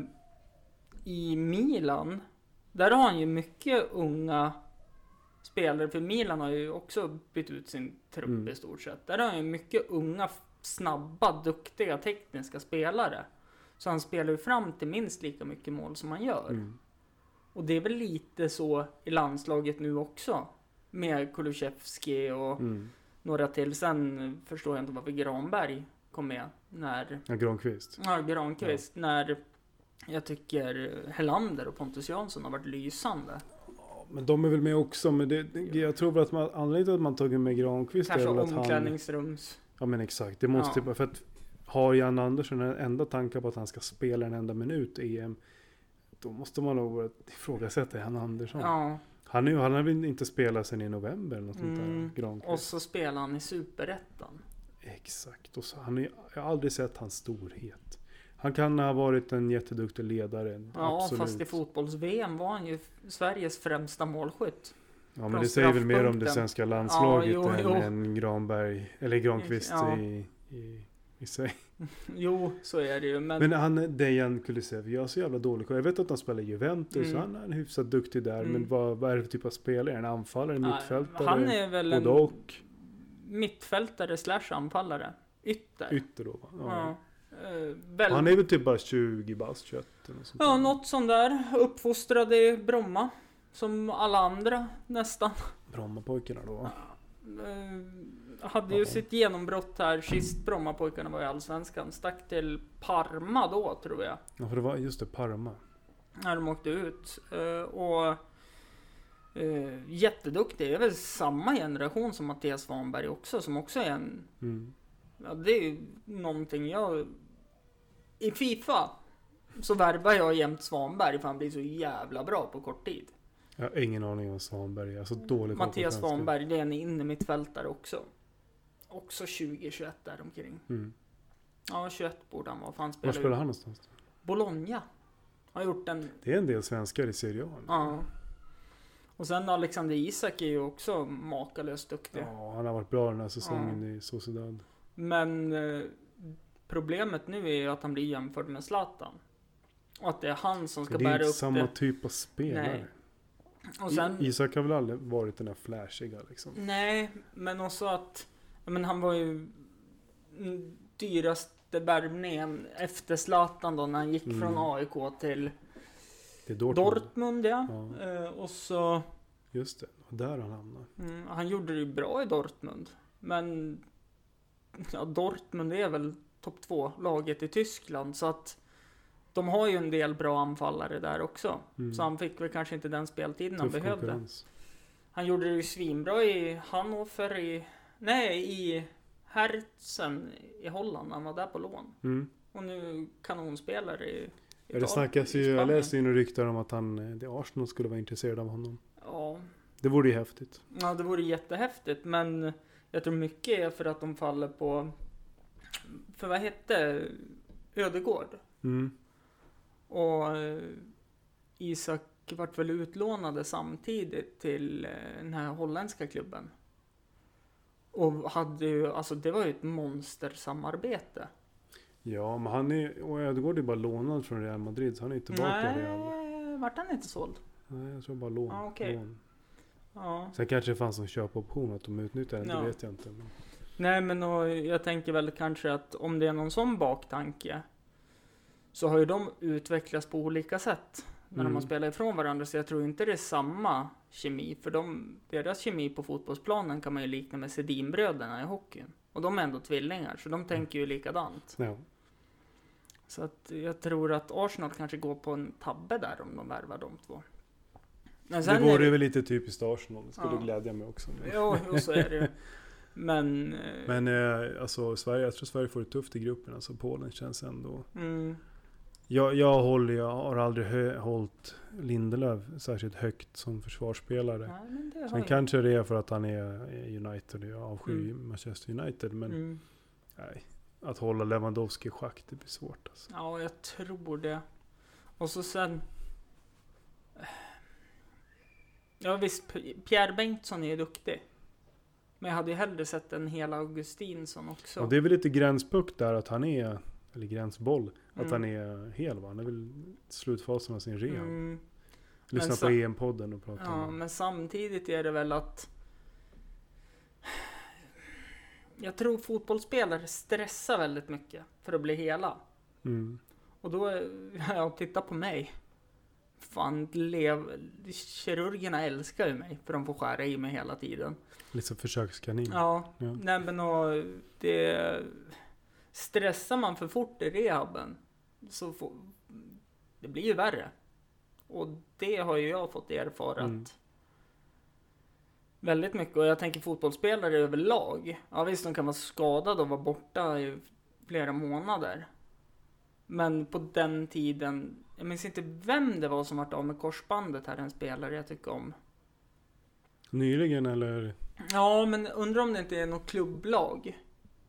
i Milan. Där har han ju mycket unga spelare. För Milan har ju också bytt ut sin trupp Mm. i stort sett. Där har han ju mycket unga, snabba, duktiga, tekniska spelare. Så han spelar ju fram till minst lika mycket mål som han gör. Mm. Och det är väl lite så i landslaget nu också. Med Kulusevski och Mm. några till. Sen förstår jag inte varför Granberg kom med när... Ja, Granqvist. Ja, Granqvist. När jag tycker Helander och Pontus Jansson har varit lysande. Men de är väl med också. Men det, det, jag tror väl att man, anledningen till att man tagit med Granqvist Kanske är väl att han... omklädningsrums... Ja men exakt. Det måste Ja. ju, för att har Jan Andersson en enda tanke på att han ska spela en enda minut i E M, då måste man nog börja ifrågasätta Jan Andersson. Ja, Han, är, ju- han har väl inte spelat sedan i november eller något sånt Mm. där. Granqvist. och så spelar han i Superettan. Exakt. Och så, han är, jag har aldrig sett hans storhet. Han kan ha varit en jätteduktig ledare. Ja, absolut. fast i fotbolls-V M var han ju Sveriges främsta målskytt. Ja, men från det säger väl mer om det straffpunkten. svenska landslaget Ja, jo, jo. än, än Granberg, eller Granqvist Ja. i, i, i sig. Jo, så är det ju. Men, Men han, Dejan Kulusevski, jag har så jävla dålig koll. Jag vet att han spelar i Juventus, Mm. så han är en hyfsat duktig där. Mm. Men vad, vad är det för typ av spelare? En anfallare, en Nej, mittfältare? han är väl en både och mittfältare slash anfallare. Ytter. ytter då, va? Ja. Ja. Eh, väl... Han är väl typ bara tjugo bast, tjugoett eller något sånt Ja, där. något sånt där. Uppfostrad i Bromma. Som alla andra nästan. Brommapojkarna då. Eh, hade ju Ja. sitt genombrott här sist Brommapojkarna var i Allsvenskan. Stack till Parma då, tror jag. Ja, för det var just det, Parma. När de åkte ut. Eh, och eh, jätteduktig. Det är väl samma generation som Mattias Svanberg också. Som också är en... Mm. Ja, det är ju någonting jag... I FIFA så värvar jag jämt Svanberg för han blir så jävla bra på kort tid. Jag har ingen aning om Svanberg. Jag är så dålig på Mattias svenska. Svanberg, det är en innermittfältare också. Också tjugo tjugoett där omkring. Mm. Ja, tjugoett borde han vara. För han Var spelar spelar ju han någonstans? Bologna. Har gjort en... Det är en del svenskar i Serie A. Ja. Och sen Alexander Isak är ju också makalöst duktig. Ja, han har varit bra den här säsongen i Sociedad. Men eh, problemet nu är ju att han blir jämförd med Zlatan. Och att det är han som ska Men det är bära inte upp samma det. typ av spelare. Nej. Och sen... I- Isak har väl aldrig varit den där flashiga liksom. Nej, men också att ja, men han var ju mm, dyraste värvningen efter Zlatan då när han gick Mm. från A I K till Det är Dortmund. Dortmund, ja. Ja. Eh, och så Just det, och där han hamnar. mm, han gjorde det ju bra i Dortmund. Men ja, Dortmund är väl topp två laget i Tyskland så att de har ju en del bra anfallare där också. Mm. Så han fick väl kanske inte den speltiden han Tuff behövde. konkurrens. Han gjorde det ju svinbra i Hannover i... Nej, i Herzen i Holland. Han var där på lån. Mm. Och nu kanonspelare i... i Ja, det snackas ju, jag läste ju några rykten om att han, eh, det Arsenal skulle vara intresserad av honom. Ja. Det vore ju häftigt. ja, det vore jättehäftigt. Men jag tror mycket är för att de faller på... För vad hette Ödegård? Mm. Och eh, Isak vart väl utlånade samtidigt till eh, den här holländska klubben. Och hade ju, alltså det var ju ett monstersamarbete. Ja, men han är, och Ödegaard är bara lånad från Real Madrid, så han är inte tillbaka i Real. Nej, vart han inte såld? Nej, jag tror bara lån. Ah, okej. lån. Ja. Sen kanske det fanns en köpoption att de utnyttjar den, Ja. det vet jag inte. Men... Nej, men och jag tänker väl kanske att om det är någon sån baktanke så har ju de utvecklats på olika sätt när Mm. de har spelat ifrån varandra. Så jag tror inte det är samma kemi. För de, deras kemi på fotbollsplanen kan man ju likna med Sedinbröderna i hockeyn. Och de är ändå tvillingar, så de tänker ju likadant. Ja. Så att jag tror att Arsenal kanske går på en tabbe där om de värvar de två. Men Det sen vore är ju väl lite typiskt Arsenal, det skulle Ja. glädja mig också. Jo, jo, så är det ju. Men... eh, Men eh, alltså Sverige, jag tror Sverige får det tufft i gruppen. Alltså Polen känns ändå Mm, Jag, jag, håller, jag har aldrig hö, hållit Lindelöf särskilt högt som försvarsspelare. Nej, men det har Sen jag. kanske det är för att han är United och jag avskyr Mm. Manchester United. Men Mm. nej, att hålla Lewandowski i schack, det blir svårt. Alltså. Ja, jag tror det. Och så sen... Ja visst, P- Pierre Bengtsson är ju duktig. Men jag hade ju hellre sett en hel Augustinsson också. Och det är väl lite gränspuck där att han är, eller gränsboll, att Mm. han är hel va? Han är väl slutfasen av sin rehab. Mm. Lyssna Men på sa- E M-podden och prata Ja, om men samtidigt är det väl att... Jag tror fotbollsspelare stressar väldigt mycket för att bli hela. mm. Och då, ja, titta på mig. Fan, lev... kirurgerna älskar ju mig för de får skära i mig hela tiden. Lite som försökskanin. Ja, Ja. nej men och det... Stressar man för fort i rehaben så får... Det blir ju värre. Och det har ju jag fått erfara Mm. väldigt mycket. Och jag tänker fotbollsspelare överlag. Ja visst, de kan vara skadade och vara borta i flera månader. Men på den tiden, jag minns inte vem det var som var av med korsbandet här, en spelare jag tycker om. Nyligen eller? Ja, men undrar om det inte är något klubblag.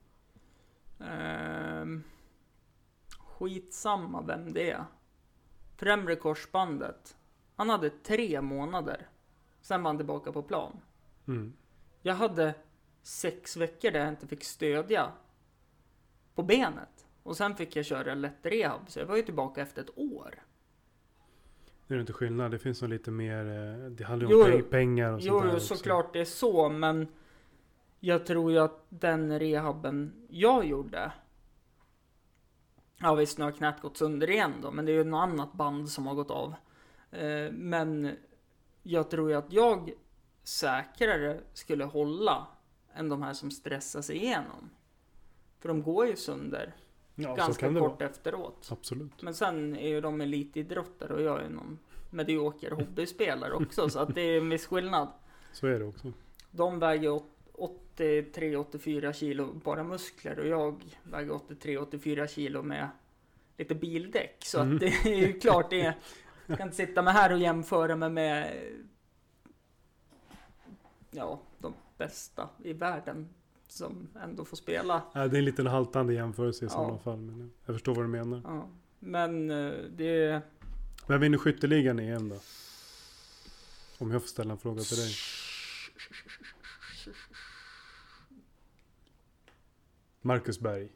Ehm, skitsamma vem det är. Främre korsbandet. Han hade tre månader. Sen var han tillbaka på plan. Mm. Jag hade sex veckor där jag inte fick stödja på benet. Och sen fick jag köra lätt rehab. Så jag var ju tillbaka efter ett år. Det är inte skillnad. Det finns nog lite mer, eh, det handlar Jo, ju om peng- pengar och Jo, sånt där jo också. såklart det är så. Men jag tror ju att den rehaben jag gjorde. Ja visst, nu har knät gått sönder igen då. Men det är ju något annat band som har gått av. Eh, men jag tror ju att jag säkrare skulle hålla än de här som stressar sig igenom. För de går ju sönder Ja, så ganska kan det kort vara. efteråt. Absolut. Men sen är ju de elitidrottare och jag är någon medioker hobbyspelare också. Så att det är en viss skillnad. Så är det också. De väger åttiotre åttiofyra kilo bara muskler och jag väger åttiotre åttiofyra kilo med lite bildäck. Så Mm. att det är ju klart det är, jag kan inte sitta med här och jämföra mig med ja, de bästa i världen som ändå får spela. Ja, det är en liten haltande jämförelse i Ja. sådana fall. Men jag förstår vad du menar. Ja. Men eh, det Vem vinner skytteligan i E M då? Om jag får ställa en fråga till dig. Marcus Berg.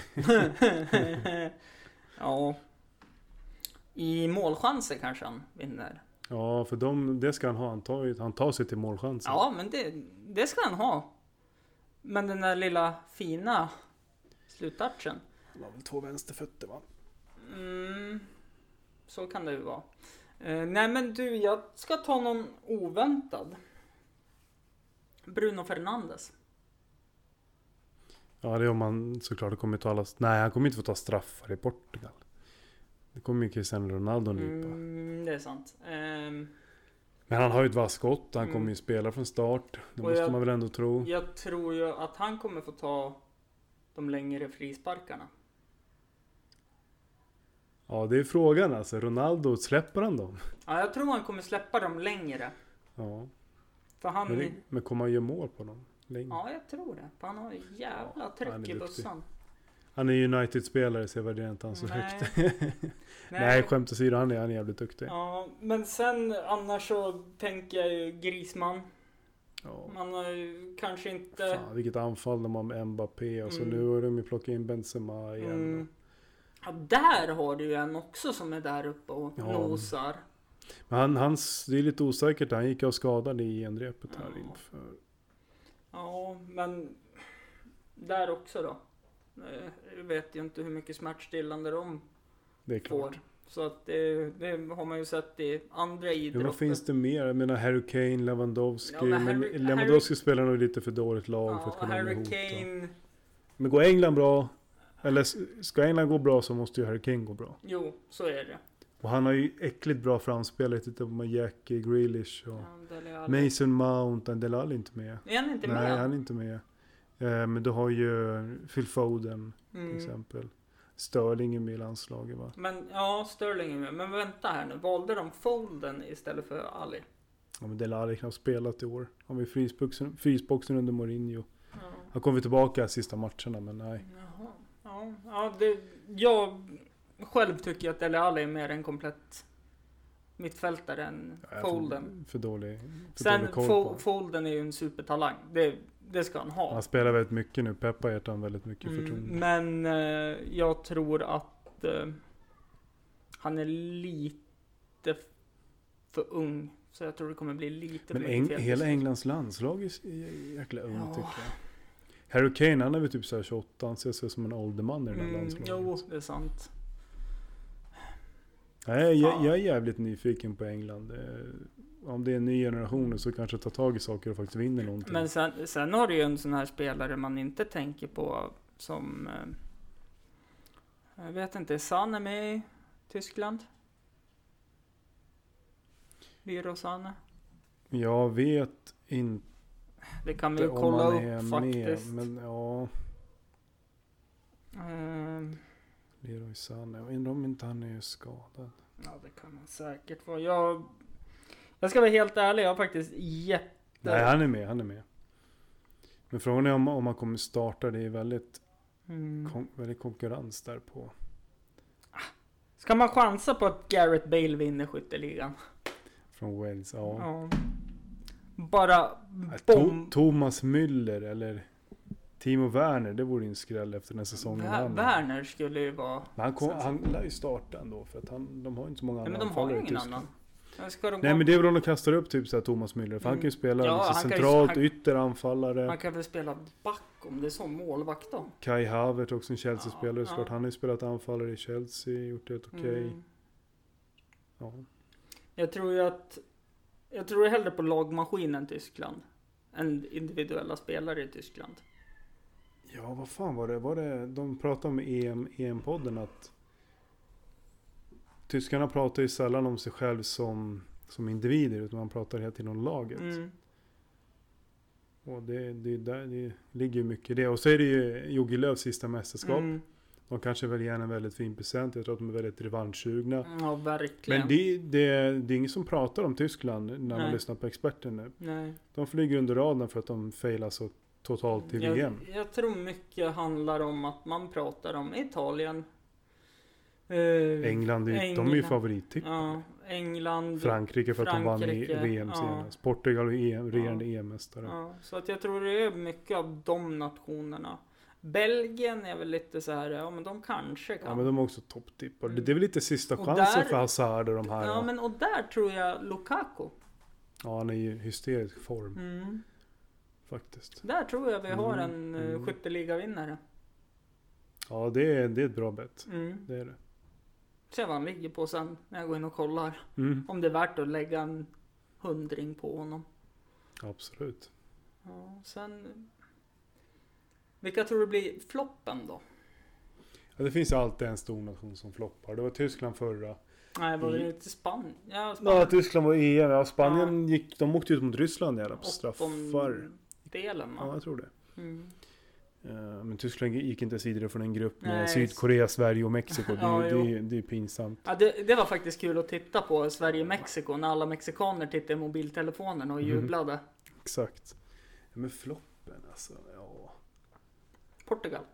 ja. I målchanser kanske han vinner. Ja, för de, det ska han ha. Han tar, ju- han tar sig till målchansen. Ja, men det, det ska han ha. Men den där lilla fina sluttouchen. Han har väl två vänsterfötter va? Mm, så kan det ju vara. Eh, nej men du, jag ska ta någon oväntad. Bruno Fernandes. Ja, det är om man såklart det kommer ta alla... Nej, han kommer inte få ta straffar i Portugal. Det kommer ju Cristiano Ronaldo nypa. Mm, det är sant. Ehm, Men han har ju ett vasst skott. Han Mm. kommer ju spela från start. Det Och måste jag- man väl ändå tro. jag tror ju att han kommer få ta de längre frisparkarna. Ja, det är frågan alltså. Ronaldo, släpper han dem? Ja, jag tror han kommer släppa dem längre. Ja. För han... Men, det, men kommer han göra mål på dem? Länge? Ja, jag tror det. För han har ju jävla Ja, tryck han är i duktig. bussen. Han är United-spelare så jag värderar inte han så Nej. högt. Nej. Nej, skämt åsido, han är, han är jävligt duktig. Ja, men sen annars så tänker jag ju Griezmann. Ja. Man har ju kanske inte... Fan, vilket anfall de har med Mbappé och så Mm. nu har de ju plockat in Benzema igen. Mm. Ja, där har du ju en också som är där uppe och Ja. nosar. Men han, hans, det är lite osäkert. Han gick av skadad i genrepet här Ja. inför. Ja, men där också då. Eh, Jag vet ju inte hur mycket smärtstillande de Det är klart. får. Så att det, det har man ju sett i andra Ja, idrotter. vad finns det mer? Jag menar Harry Kane, Lewandowski. Ja, men men Harry- Lewandowski spelar nog lite för dåligt lag för Ja, att kunna Harry hota. Kane. Men går England bra, eller s- ska England gå bra så måste ju Harry Kane gå bra. Jo, så är det. Och han har ju äckligt bra framspel. Jag tittar på Jackie Grealish och Ja, Dele Alli. Mason Mount. Dele Alli är inte med. Är han inte Nej, med? han är inte med. Eh, men du har ju Phil Foden till Mm. exempel. Sterling är med i landslaget, va? Men ja, Sterling är med. Men vänta här nu. Valde de Foden istället för Ali? Ja, men Dele Alli har spelat i år. Han var i frysboxen, frysboxen under Mourinho. Ja. Han kom vi tillbaka sista matcherna, men nej. Jaha. Ja, ja det, jag själv tycker att Dele Alli är mer en komplett mittfältare än Ja, Foden. För, för dålig, för Sen dålig koll Fo- på. Foden är ju en supertalang. Det, det ska han ha. Han spelar väldigt mycket nu. Peppa har gett han väldigt mycket Mm, förtroende. men eh, jag tror att eh, han är lite f- för ung. Så jag tror det kommer bli lite Men för Eng- fel hela beslut. Englands landslag är s- är jäkla ung, Ja. tycker jag. Harry Kane, han är väl typ så här tjugoåtta. Han ser sig som en ålderman i det här Mm, landslaget. jo, det är sant. Nej, jag, Fan. jag är jävligt nyfiken på England. Eh, Om det är en ny generation så kanske ta tag i saker och faktiskt vinner någonting. Men sen, sen har du ju en sån här spelare man inte tänker på som... Eh, jag vet inte, är Sane med i Tyskland? Leroy Sane? Jag vet inte Det kan vi ju om kolla han upp är faktiskt. med. Men ja, Ehm, Leroy Sané. Jag undrar om inte han är skadad. ja, det kan man säkert vara. Jag, jag ska vara helt ärlig, jag har faktiskt jätte... Nej, han är med. Han är med. Men frågan är om, om han kommer starta. Det är väldigt, Mm. kon, väldigt konkurrens där på. Ska man chansa på att Gareth Bale vinner skytteligan? Från Wales. Ja. Ja. Bara Nej, bom... to, Thomas Müller eller Timo Werner. Det vore en skräll efter den här säsongen. Wer- han, Werner skulle ju vara... men han, kom, han lär ju starta ändå. För att han, de har ju inte så många Nej, andra men de har ju anfallare i ingen Tyskland. annan. Men Ska de Nej, gå... men det är väl om de kastar upp typ så här Thomas Müller. För han kan ju spela Ja, liksom han kan ju- centralt, han- ytter, anfallare. Man kan väl spela back om det är som målvakt då. Kai Havertz också en Chelsea-spelare Ja, såklart. ja. Han har ju spelat anfallare i Chelsea, gjort det okej. Mm. Ja. Jag tror ju att... Jag tror hellre på lagmaskinen Tyskland. Än individuella spelare i Tyskland. ja, vad fan var det? Var det de pratade om i E M, E M-podden att tyskarna pratar ju sällan om sig själv som, som individer, utan man pratar hela tiden om laget. Mm. Och det, det, där, det ligger ju mycket i det. Och så är det ju Jogi Löws sista mästerskap. Mm. De kanske väljer gärna en väldigt fin present. Jag tror att de är väldigt revanschsugna. Ja, verkligen. Men det, det, det är ingen som pratar om Tyskland när man Nej. lyssnar på experterna. Nej. De flyger under radarn för att de failar så totalt i V M. Jag, jag tror mycket handlar om att man pratar om Italien. Eh, England, är- de är ju England. favorittipp. Ja, England. Frankrike för att de vann i Frankrike, V M ja. senast. Portugal är E M, Ja. regerande E M-mästare. Ja, så att jag tror det är mycket av de nationerna. Belgien är väl lite så här, ja men de kanske kan. Ja, men de är också topptippade. Mm. Det är väl lite sista Och chansen där- för Hazard och de här. Ja, Ja, men och där tror jag Lukaku. ja, han är ju i hysterisk form Mm. faktiskt. Där tror jag vi har Mm, en mm. mm. skytteligavinnare. Ja, det är, det är ett bra bett. Mm. Det är det. Se vad han ligger på sen när jag går in och kollar. Mm, Om det är värt att lägga en hundring på honom. absolut. Ja, sen... Vilka tror du blir floppen då? Ja, det finns alltid en stor nation som floppar. Det var Tyskland förra. Nej, var det I- inte Spanien? Ja, Ja, Spanien. Tyskland var E M. Ja, Spanien gick, de åkte ut mot Ryssland jävla på straffar. Delen Ja, va? jag tror det. Mm. Eh, Men Tyskland gick inte vidare från en grupp med Nej. Sydkorea, Sverige och Mexiko. Det, Ja, är- jo. det, är- det är pinsamt. Ja, det, det var faktiskt kul att titta på Sverige-Mexiko när alla mexikaner tittade i mobiltelefonen och Mhm. jublade. Exakt. Ja, men floppen alltså. Ja. Portugal.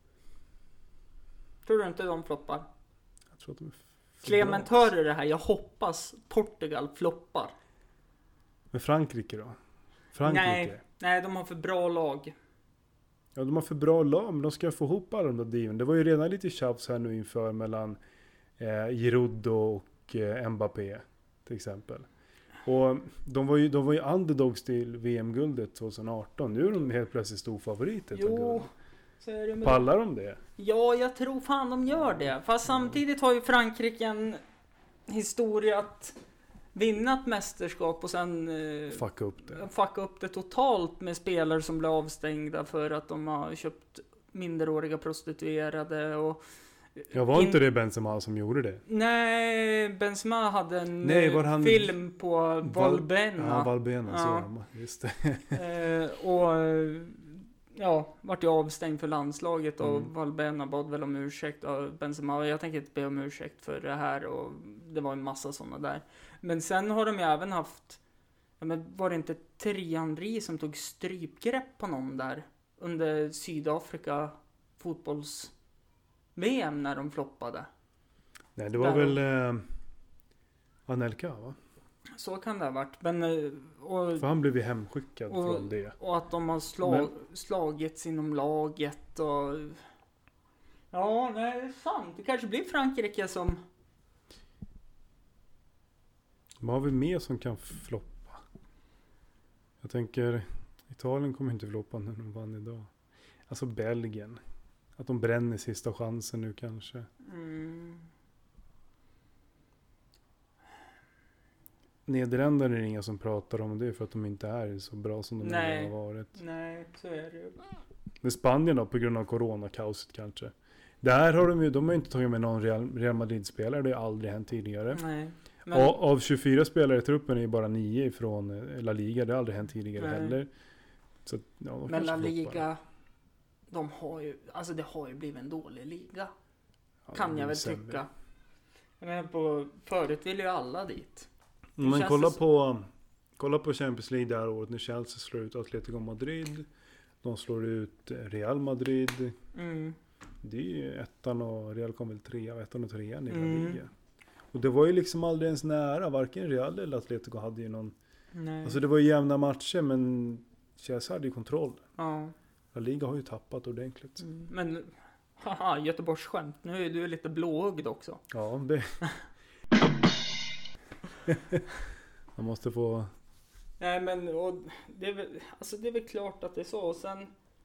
Tror du inte de floppar? Jag tror att de är för Clement, bra. hör du det här? Jag hoppas Portugal floppar. Men Frankrike då? Frankrike? Nej. Nej, de har för bra lag. Ja, de har för bra lag, men de ska få ihop alla de där diven. Det var ju redan lite tjafs här nu inför mellan eh, Giroud och eh, Mbappé till exempel. Och de var ju, de var ju underdogs till V M-guldet tjugo arton. Nu är de helt plötsligt storfavoriter. till Jo, guld. så är det med Pallar de det? Ja, jag tror fan de gör det. Fast samtidigt har ju Frankrike en historia att vinna ett mästerskap och sen eh, Fucka upp det. fucka upp det totalt med spelare som blir avstängda för att de har köpt minderåriga prostituerade och... Jag var in- inte det Benzema som gjorde det. Nej, Benzema hade en Nej, eh, var han- film på Val- Valbuena. Ja, Valbena, så Ja. var de. Just det. Eh, och eh, ja, vart ju avstängd för landslaget och Mm. Valbuena bad väl om ursäkt och Benzema. Jag tänker inte be om ursäkt för det här och det var en massa sådana där. Men sen har de ju även haft, ja, men var det inte Trianri som tog strypgrepp på någon där under Sydafrika fotbolls-V M när de floppade? Nej, det var Där väl eh, Anelka, va? Så kan det ha varit. Men, eh, och, För han blev ju hemskickad och, från det. och att de har slag, Men- slagits inom laget och... Ja, nej, det är sant. Det kanske blir Frankrike som... Vad har vi mer som kan floppa? Jag tänker, Italien kommer inte floppa när de vann idag. Alltså Belgien. Att de bränner sista chansen nu kanske. Mm, Nederländerna är det inga som pratar om det för att de inte är så bra som de Nej. har varit. nej, så är det ju. Men Spanien då, på grund av coronakaoset kanske. Där har de ju, de har ju inte tagit med någon Real, Real Madrid-spelare, det har aldrig hänt tidigare. Nej. Men, Och av tjugofyra spelare i truppen är ju bara nio från eh, La Liga, det har aldrig hänt tidigare Nej. heller. Så, att, ja, de men kanske La floppar. Liga, de har ju... Alltså det har ju blivit en dålig liga. Ja, Kan de jag är väl sämre. tycka. Men på, förut ville ju alla dit. Men känns kolla det så- på, kolla på Champions League det här året när Chelsea slår ut Atletico Madrid. De slår ut Real Madrid. Mm. Det är ju ettan och Real kom väl trea, ettan och trean i La Mm. Liga. Och det var ju liksom aldrig ens nära, varken Real eller Atletico hade ju någon. Nej. Alltså det var ju jämna matcher men Chelsea hade ju kontroll. Ja. La Liga har ju tappat ordentligt. Mm. Men, haha, Göteborgs skämt. Nu är du lite blåögd också. Ja, det... Man måste få... Nej men, och det är väl, alltså det är väl klart att det är så. Och sen...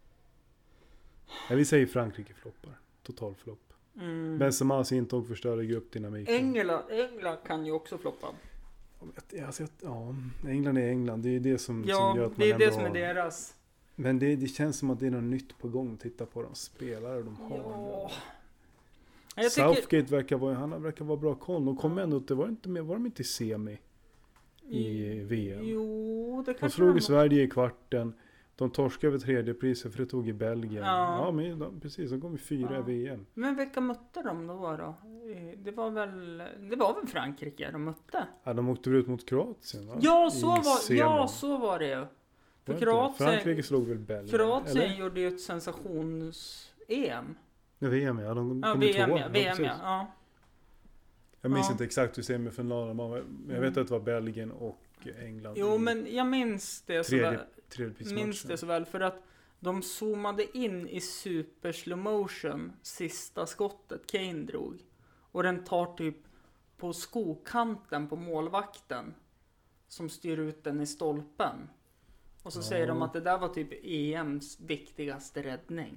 Ja, vi säger Frankrike floppar. Total flopp. Mm, Benzema's intåg förstörde gruppdynamiken. England, England kan ju också floppa. Alltså, jag- ja, England är England. Det är det som, Ja, som gör att man det är ändå det som är har- deras. Men det, det känns som att det är något nytt på gång. Titta på de spelare de har. Ja. nu. Jag tycker, Southgate verkar vara, han verkar vara bra koll. De kom ändå inte, var inte med, var de inte i semi i V M? Jo, det De kanske slog de- i Sverige i kvarten. De torskade över tredje priset för det tog i Belgien. Ja. Ja, men de, precis. De kom i fyra Ja. i V M. Men vilka mötte de då då? Eh, Det var väl, det var väl Frankrike de mötte? Ja, de åkte väl ut mot Kroatien, va? Ja, I så var, semin. ja, så var det ju. Var För inte det? Kroatien, Frankrike slog väl Belgien? Kroatien eller? gjorde ju ett sensations-E M. Ja, V M, ja. De Ja, kom V M tvåa. ja, V M precis. ja. ja. Jag minns Ja. inte exakt hur semifinalen var. Men jag vet att det var Belgien och England. Jo, i men jag minns det så tredje, väl. tredjeprinsmatchen. Minns det så väl för att de zoomade in i super slow motion sista skottet Kane drog. Och den tar typ på skokanten på målvakten som styr ut den i stolpen. Och så Ja. säger de att det där var typ E M:s viktigaste räddning.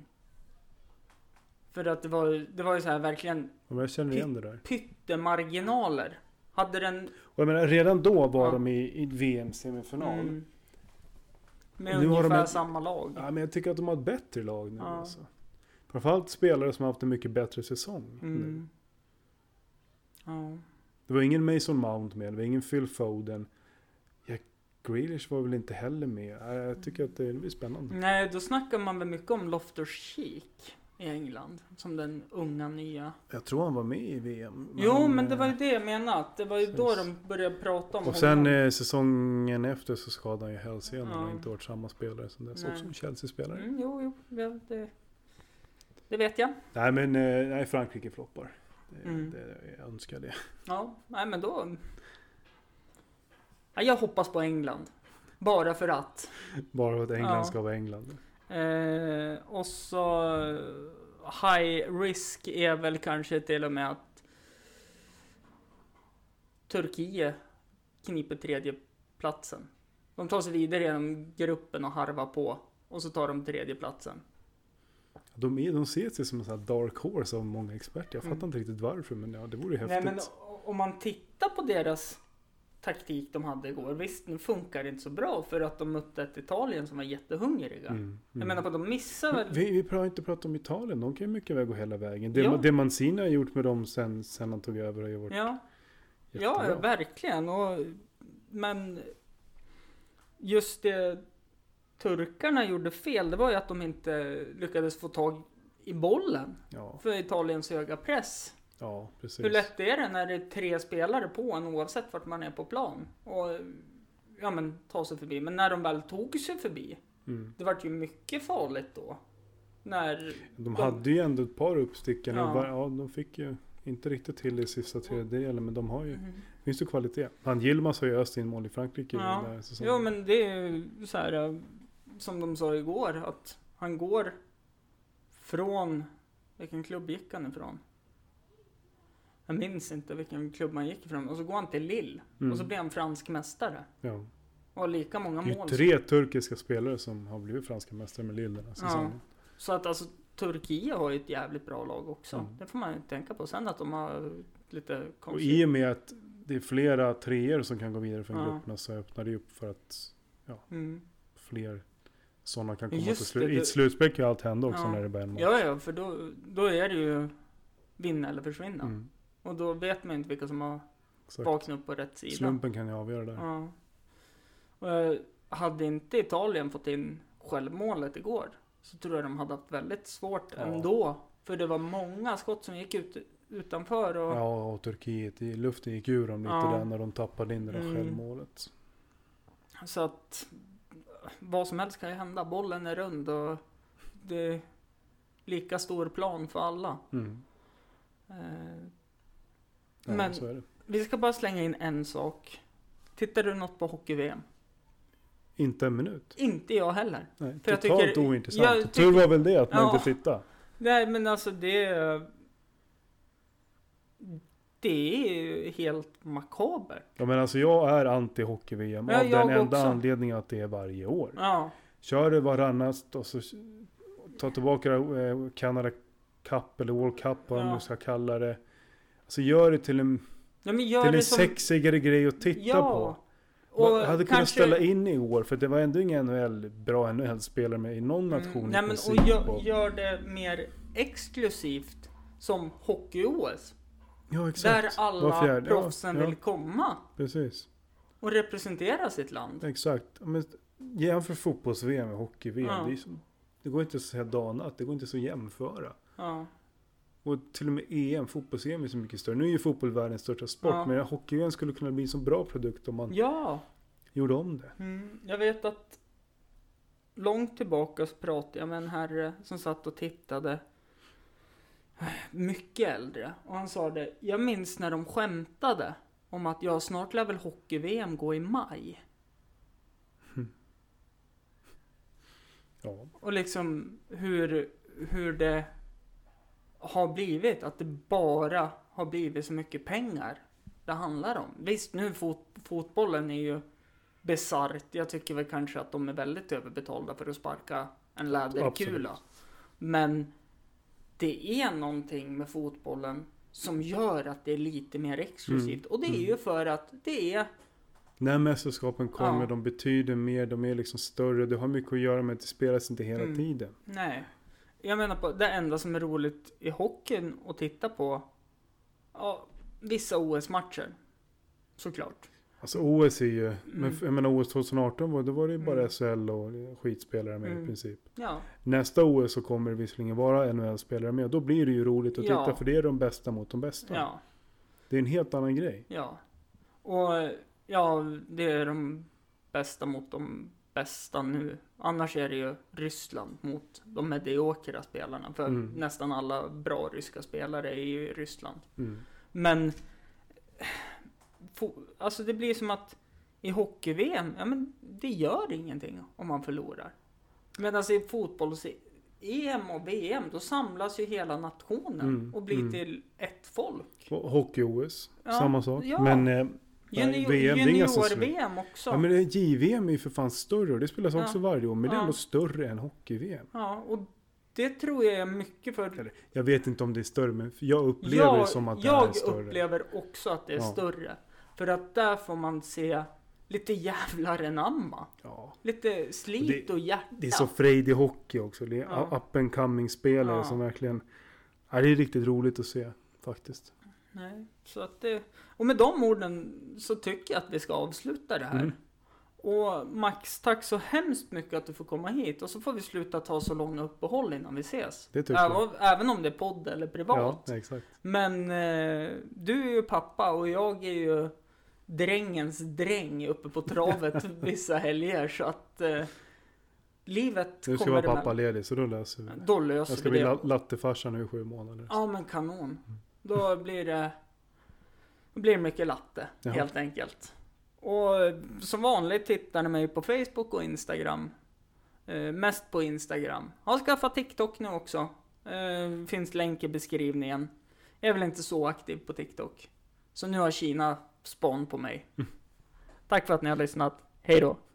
För att det var, det var ju så här verkligen Ja, men jag känner igen det där. pyttemarginaler. Hade den... Och jag menar, redan då var Ja. de i, i V M-semifinal. Mm, med Nu har de ungefär ett- samma lag. Ja, men jag tycker att de har ett bättre lag nu. Ja. Alltså. Framförallt spelare som har haft en mycket bättre säsong nu. Mm. Ja. Det var ingen Mason Mount med, det var ingen Phil Foden. Jack Grealish var väl inte heller med. Ja, Jag tycker att det blir spännande. Nej, då snackar man väl mycket om Loftus-Cheek i England. Som den unga nya. Jag tror han var med i V M. Jo, men det var ju det jag menade. att Det var ju då Precis. de började prata om Och sen honom. eh, säsongen efter så skadade han ju hälsenan. Han har Ja. inte varit samma spelare som dess. Nej. Också en Chelsea-spelare. Mm, jo, jo. Ja, det, det vet jag. Nej men eh, nej, Frankrike floppar. Det, Mm. det, jag önskar det. Ja, nej men då... Ja, jag hoppas på England. Bara för att. Bara för att England Ja. ska vara England. Eh, och så... High risk är väl kanske till och med att Turkiet kniper tredje platsen. De tar sig vidare genom gruppen och harvar på. Och så tar de tredje platsen. De, är, de ser sig som en sån här dark horse av många experter. Jag fattar Mm. inte riktigt varför, men ja, det vore ju Nej, häftigt. men om man tittar på deras taktik de hade igår. Visst, nu funkar det inte så bra för att de mötte ett Italien som var jättehungriga. Mm, mm. Jag menar på att de missar väl... vi, vi pratar inte prata om Italien. De kan ju mycket väl gå hela vägen. Det, Ja. det Mancini har gjort med dem sen, sen han tog över har ju varit Ja, jättebra. ja, verkligen. Och, men just det turkarna gjorde fel, det var ju att de inte lyckades få tag i bollen. Ja. För Italiens höga press. Ja, precis. Hur lätt är det när det är tre spelare på en oavsett vart man är på plan? Och ja men ta sig förbi. Men när de väl tog sig förbi, Mm. det var ju mycket farligt då. När De, de hade ju ändå ett par uppstickare. Ja. Och bara, ja, de fick ju inte riktigt till det i sista tredjedelen, men de har ju, Mm. finns ju kvalitet. Han Yilmaz har ju öst in mål i Frankrike. Ja. Den där säsongen. Jo men det är ju så här eh, som de sa igår, att han går från, vilken klubb gick han ifrån? Jag minns inte vilken klubb han gick ifrån. Och så går han till Lille. Mm. Och så blir han fransk mästare. Ja. Och har lika många Det är mål. ju tre turkiska spelare som har blivit franska mästare med Lille den här säsongen. Så att alltså Turkiet har ju ett jävligt bra lag också. Mm. Det får man ju tänka på. Sen att de har lite Och konstigt. i och med att det är flera treor som kan gå vidare från Ja. grupperna, så öppnar det upp för att Mm. fler sådana kan komma Just till slut. det, I det- ett slutspel kan ju allt hända också Ja. när det börjar en match. Ja, ja, för då, då är det ju vinna eller försvinna. Mm. Och då vet man inte vilka som har Exakt. vaknat upp på rätt sida. Slumpen kan ju avgöra det. Ja. Och eh, hade inte Italien fått in självmålet igår, så tror jag de hade haft väldigt svårt Ja. ändå. För det var många skott som gick ut utanför. Och, Ja, och Turkiet, i luften gick ur dem lite Ja. där när de tappade in det där Mm. självmålet. Så att vad som helst kan ju hända. Bollen är rund och det är lika stor plan för alla. Mm. Eh, Ja, Men- så är det. vi ska bara slänga in en sak. Tittar du något på hockey-V M? Inte en minut. Inte jag heller. Nej, För jag totalt tycker- ointressant. jag Tur tycker- var väl det att man Ja. inte tittade. Nej men alltså det det är helt makabert. Ja, men alltså jag är anti-hockey-V M Ja, av jag den enda också. anledningen att det är varje år. Ja. Kör det varannat och så ta tillbaka eh, Canada Cup eller World Cup, vad man Ja. nu ska kalla det. Alltså gör det till en, Ja, men gör till det en som, sexigare grej att titta ja. på. Och Man hade kunnat kanske- ställa in i år, för det var ändå ingen N H L, bra N H L-spelare med i någon nation Mm, i nej, men, princip. och gör, Och- gör det mer exklusivt som hockey-O S. ja, exakt. Där Var alla fjärde- ja, proffsen ja, vill komma precis. och representera sitt land. Exakt. Ja, men jämför fotbolls-V M med hockey-V M. Ja. Det, är så, det går inte att säga danat. Det går inte så att jämföra. Ja. Och till och med E M, fotbolls-E M är så mycket större. Nu är ju fotboll världens största sport. Ja. Men hockey-V M skulle kunna bli en så bra produkt om man Ja. gjorde om det. Mm, jag vet att långt tillbaka så pratade jag med en herre som satt och tittade, mycket äldre, och han sa det, jag minns när de skämtade om att jag snart lär väl hockey-V M gå i maj. Ja. Och liksom hur, hur det har blivit, att det bara har blivit så mycket pengar det handlar om. Visst, nu fot, fotbollen är ju bisarrt. Jag tycker väl kanske att de är väldigt överbetalda för att sparka en läderkula. Absolut. Men det är någonting med fotbollen som gör att det är lite mer exklusivt. Mm. Och det är ju för att det är... När mästerskapen kommer, Ja. de betyder mer, de är liksom större. Det har mycket att göra med att det spelas inte hela Mm. tiden. Nej. Jag menar på, det enda som är roligt i hockeyn att titta på, ja, vissa O S-matcher. Såklart. Alltså O S är ju, Mm. men jag menar O S tjugo arton var, då var det ju bara Mm. S H L och skitspelare med Mm. i princip. Ja. Nästa O S så kommer det visserligen vara N H L-spelare med. Och då blir det ju roligt att Ja. titta, för det är de bästa mot de bästa. Ja. Det är en helt annan grej. Ja. Och ja, det är de bästa mot de bästa nu. Annars är det ju Ryssland mot de mediokra spelarna. För Mm. nästan alla bra ryska spelare är ju i Ryssland. Mm. Men fo- alltså det blir som att i hockey-V M, ja men det gör ingenting om man förlorar. Medan i fotbolls-E M och V M, då samlas ju hela nationen Mm, och blir mm. till ett folk. Och hockey-O S, Ja, samma sak. ja. Men eh, Junior, V M, det är inga som junior-V M också. ja, men det- J V M är ju för fan större och det spelas Ja. också varje år. Men det är Ja. ändå större än hockey-V M. Ja, och det tror jag är mycket för... Eller, jag vet inte om det är större, men jag upplever det som att det jag är större. upplever också att det är Ja. större. För att där får man se lite jävlar enamma. Ja. Lite slit Det- och hjärta. Det är så frejdig hockey också. Det är Ja. up and coming spelare Ja. som verkligen... Ja, det är riktigt roligt att se faktiskt. Nej, så att det... Och med de orden så tycker jag att vi ska avsluta det här. Mm. Och Max, tack så hemskt mycket att du får komma hit. Och så får vi sluta ta så långa uppehåll innan vi ses. Det tycker jag. Även, även om det är podd eller privat. Ja, exakt. Men eh, du är ju pappa och jag är ju drängens dräng uppe på travet vissa helger. Så att eh, livet Nu ska kommer vara pappa ledig så då löser vi det. Då löser Jag ska vi bli det. la- lattefarsa nu i sju månader. Ja men kanon. Då blir det, då blir det mycket latte Jaha. helt enkelt. Och eh, som vanligt tittar ni mig på Facebook och Instagram. Eh, mest på Instagram. Jag har skaffat TikTok nu också. Eh, finns länk i beskrivningen. Jag är väl inte så aktiv på TikTok. Så nu har Kina span på mig. Tack för att ni har lyssnat. Hej då.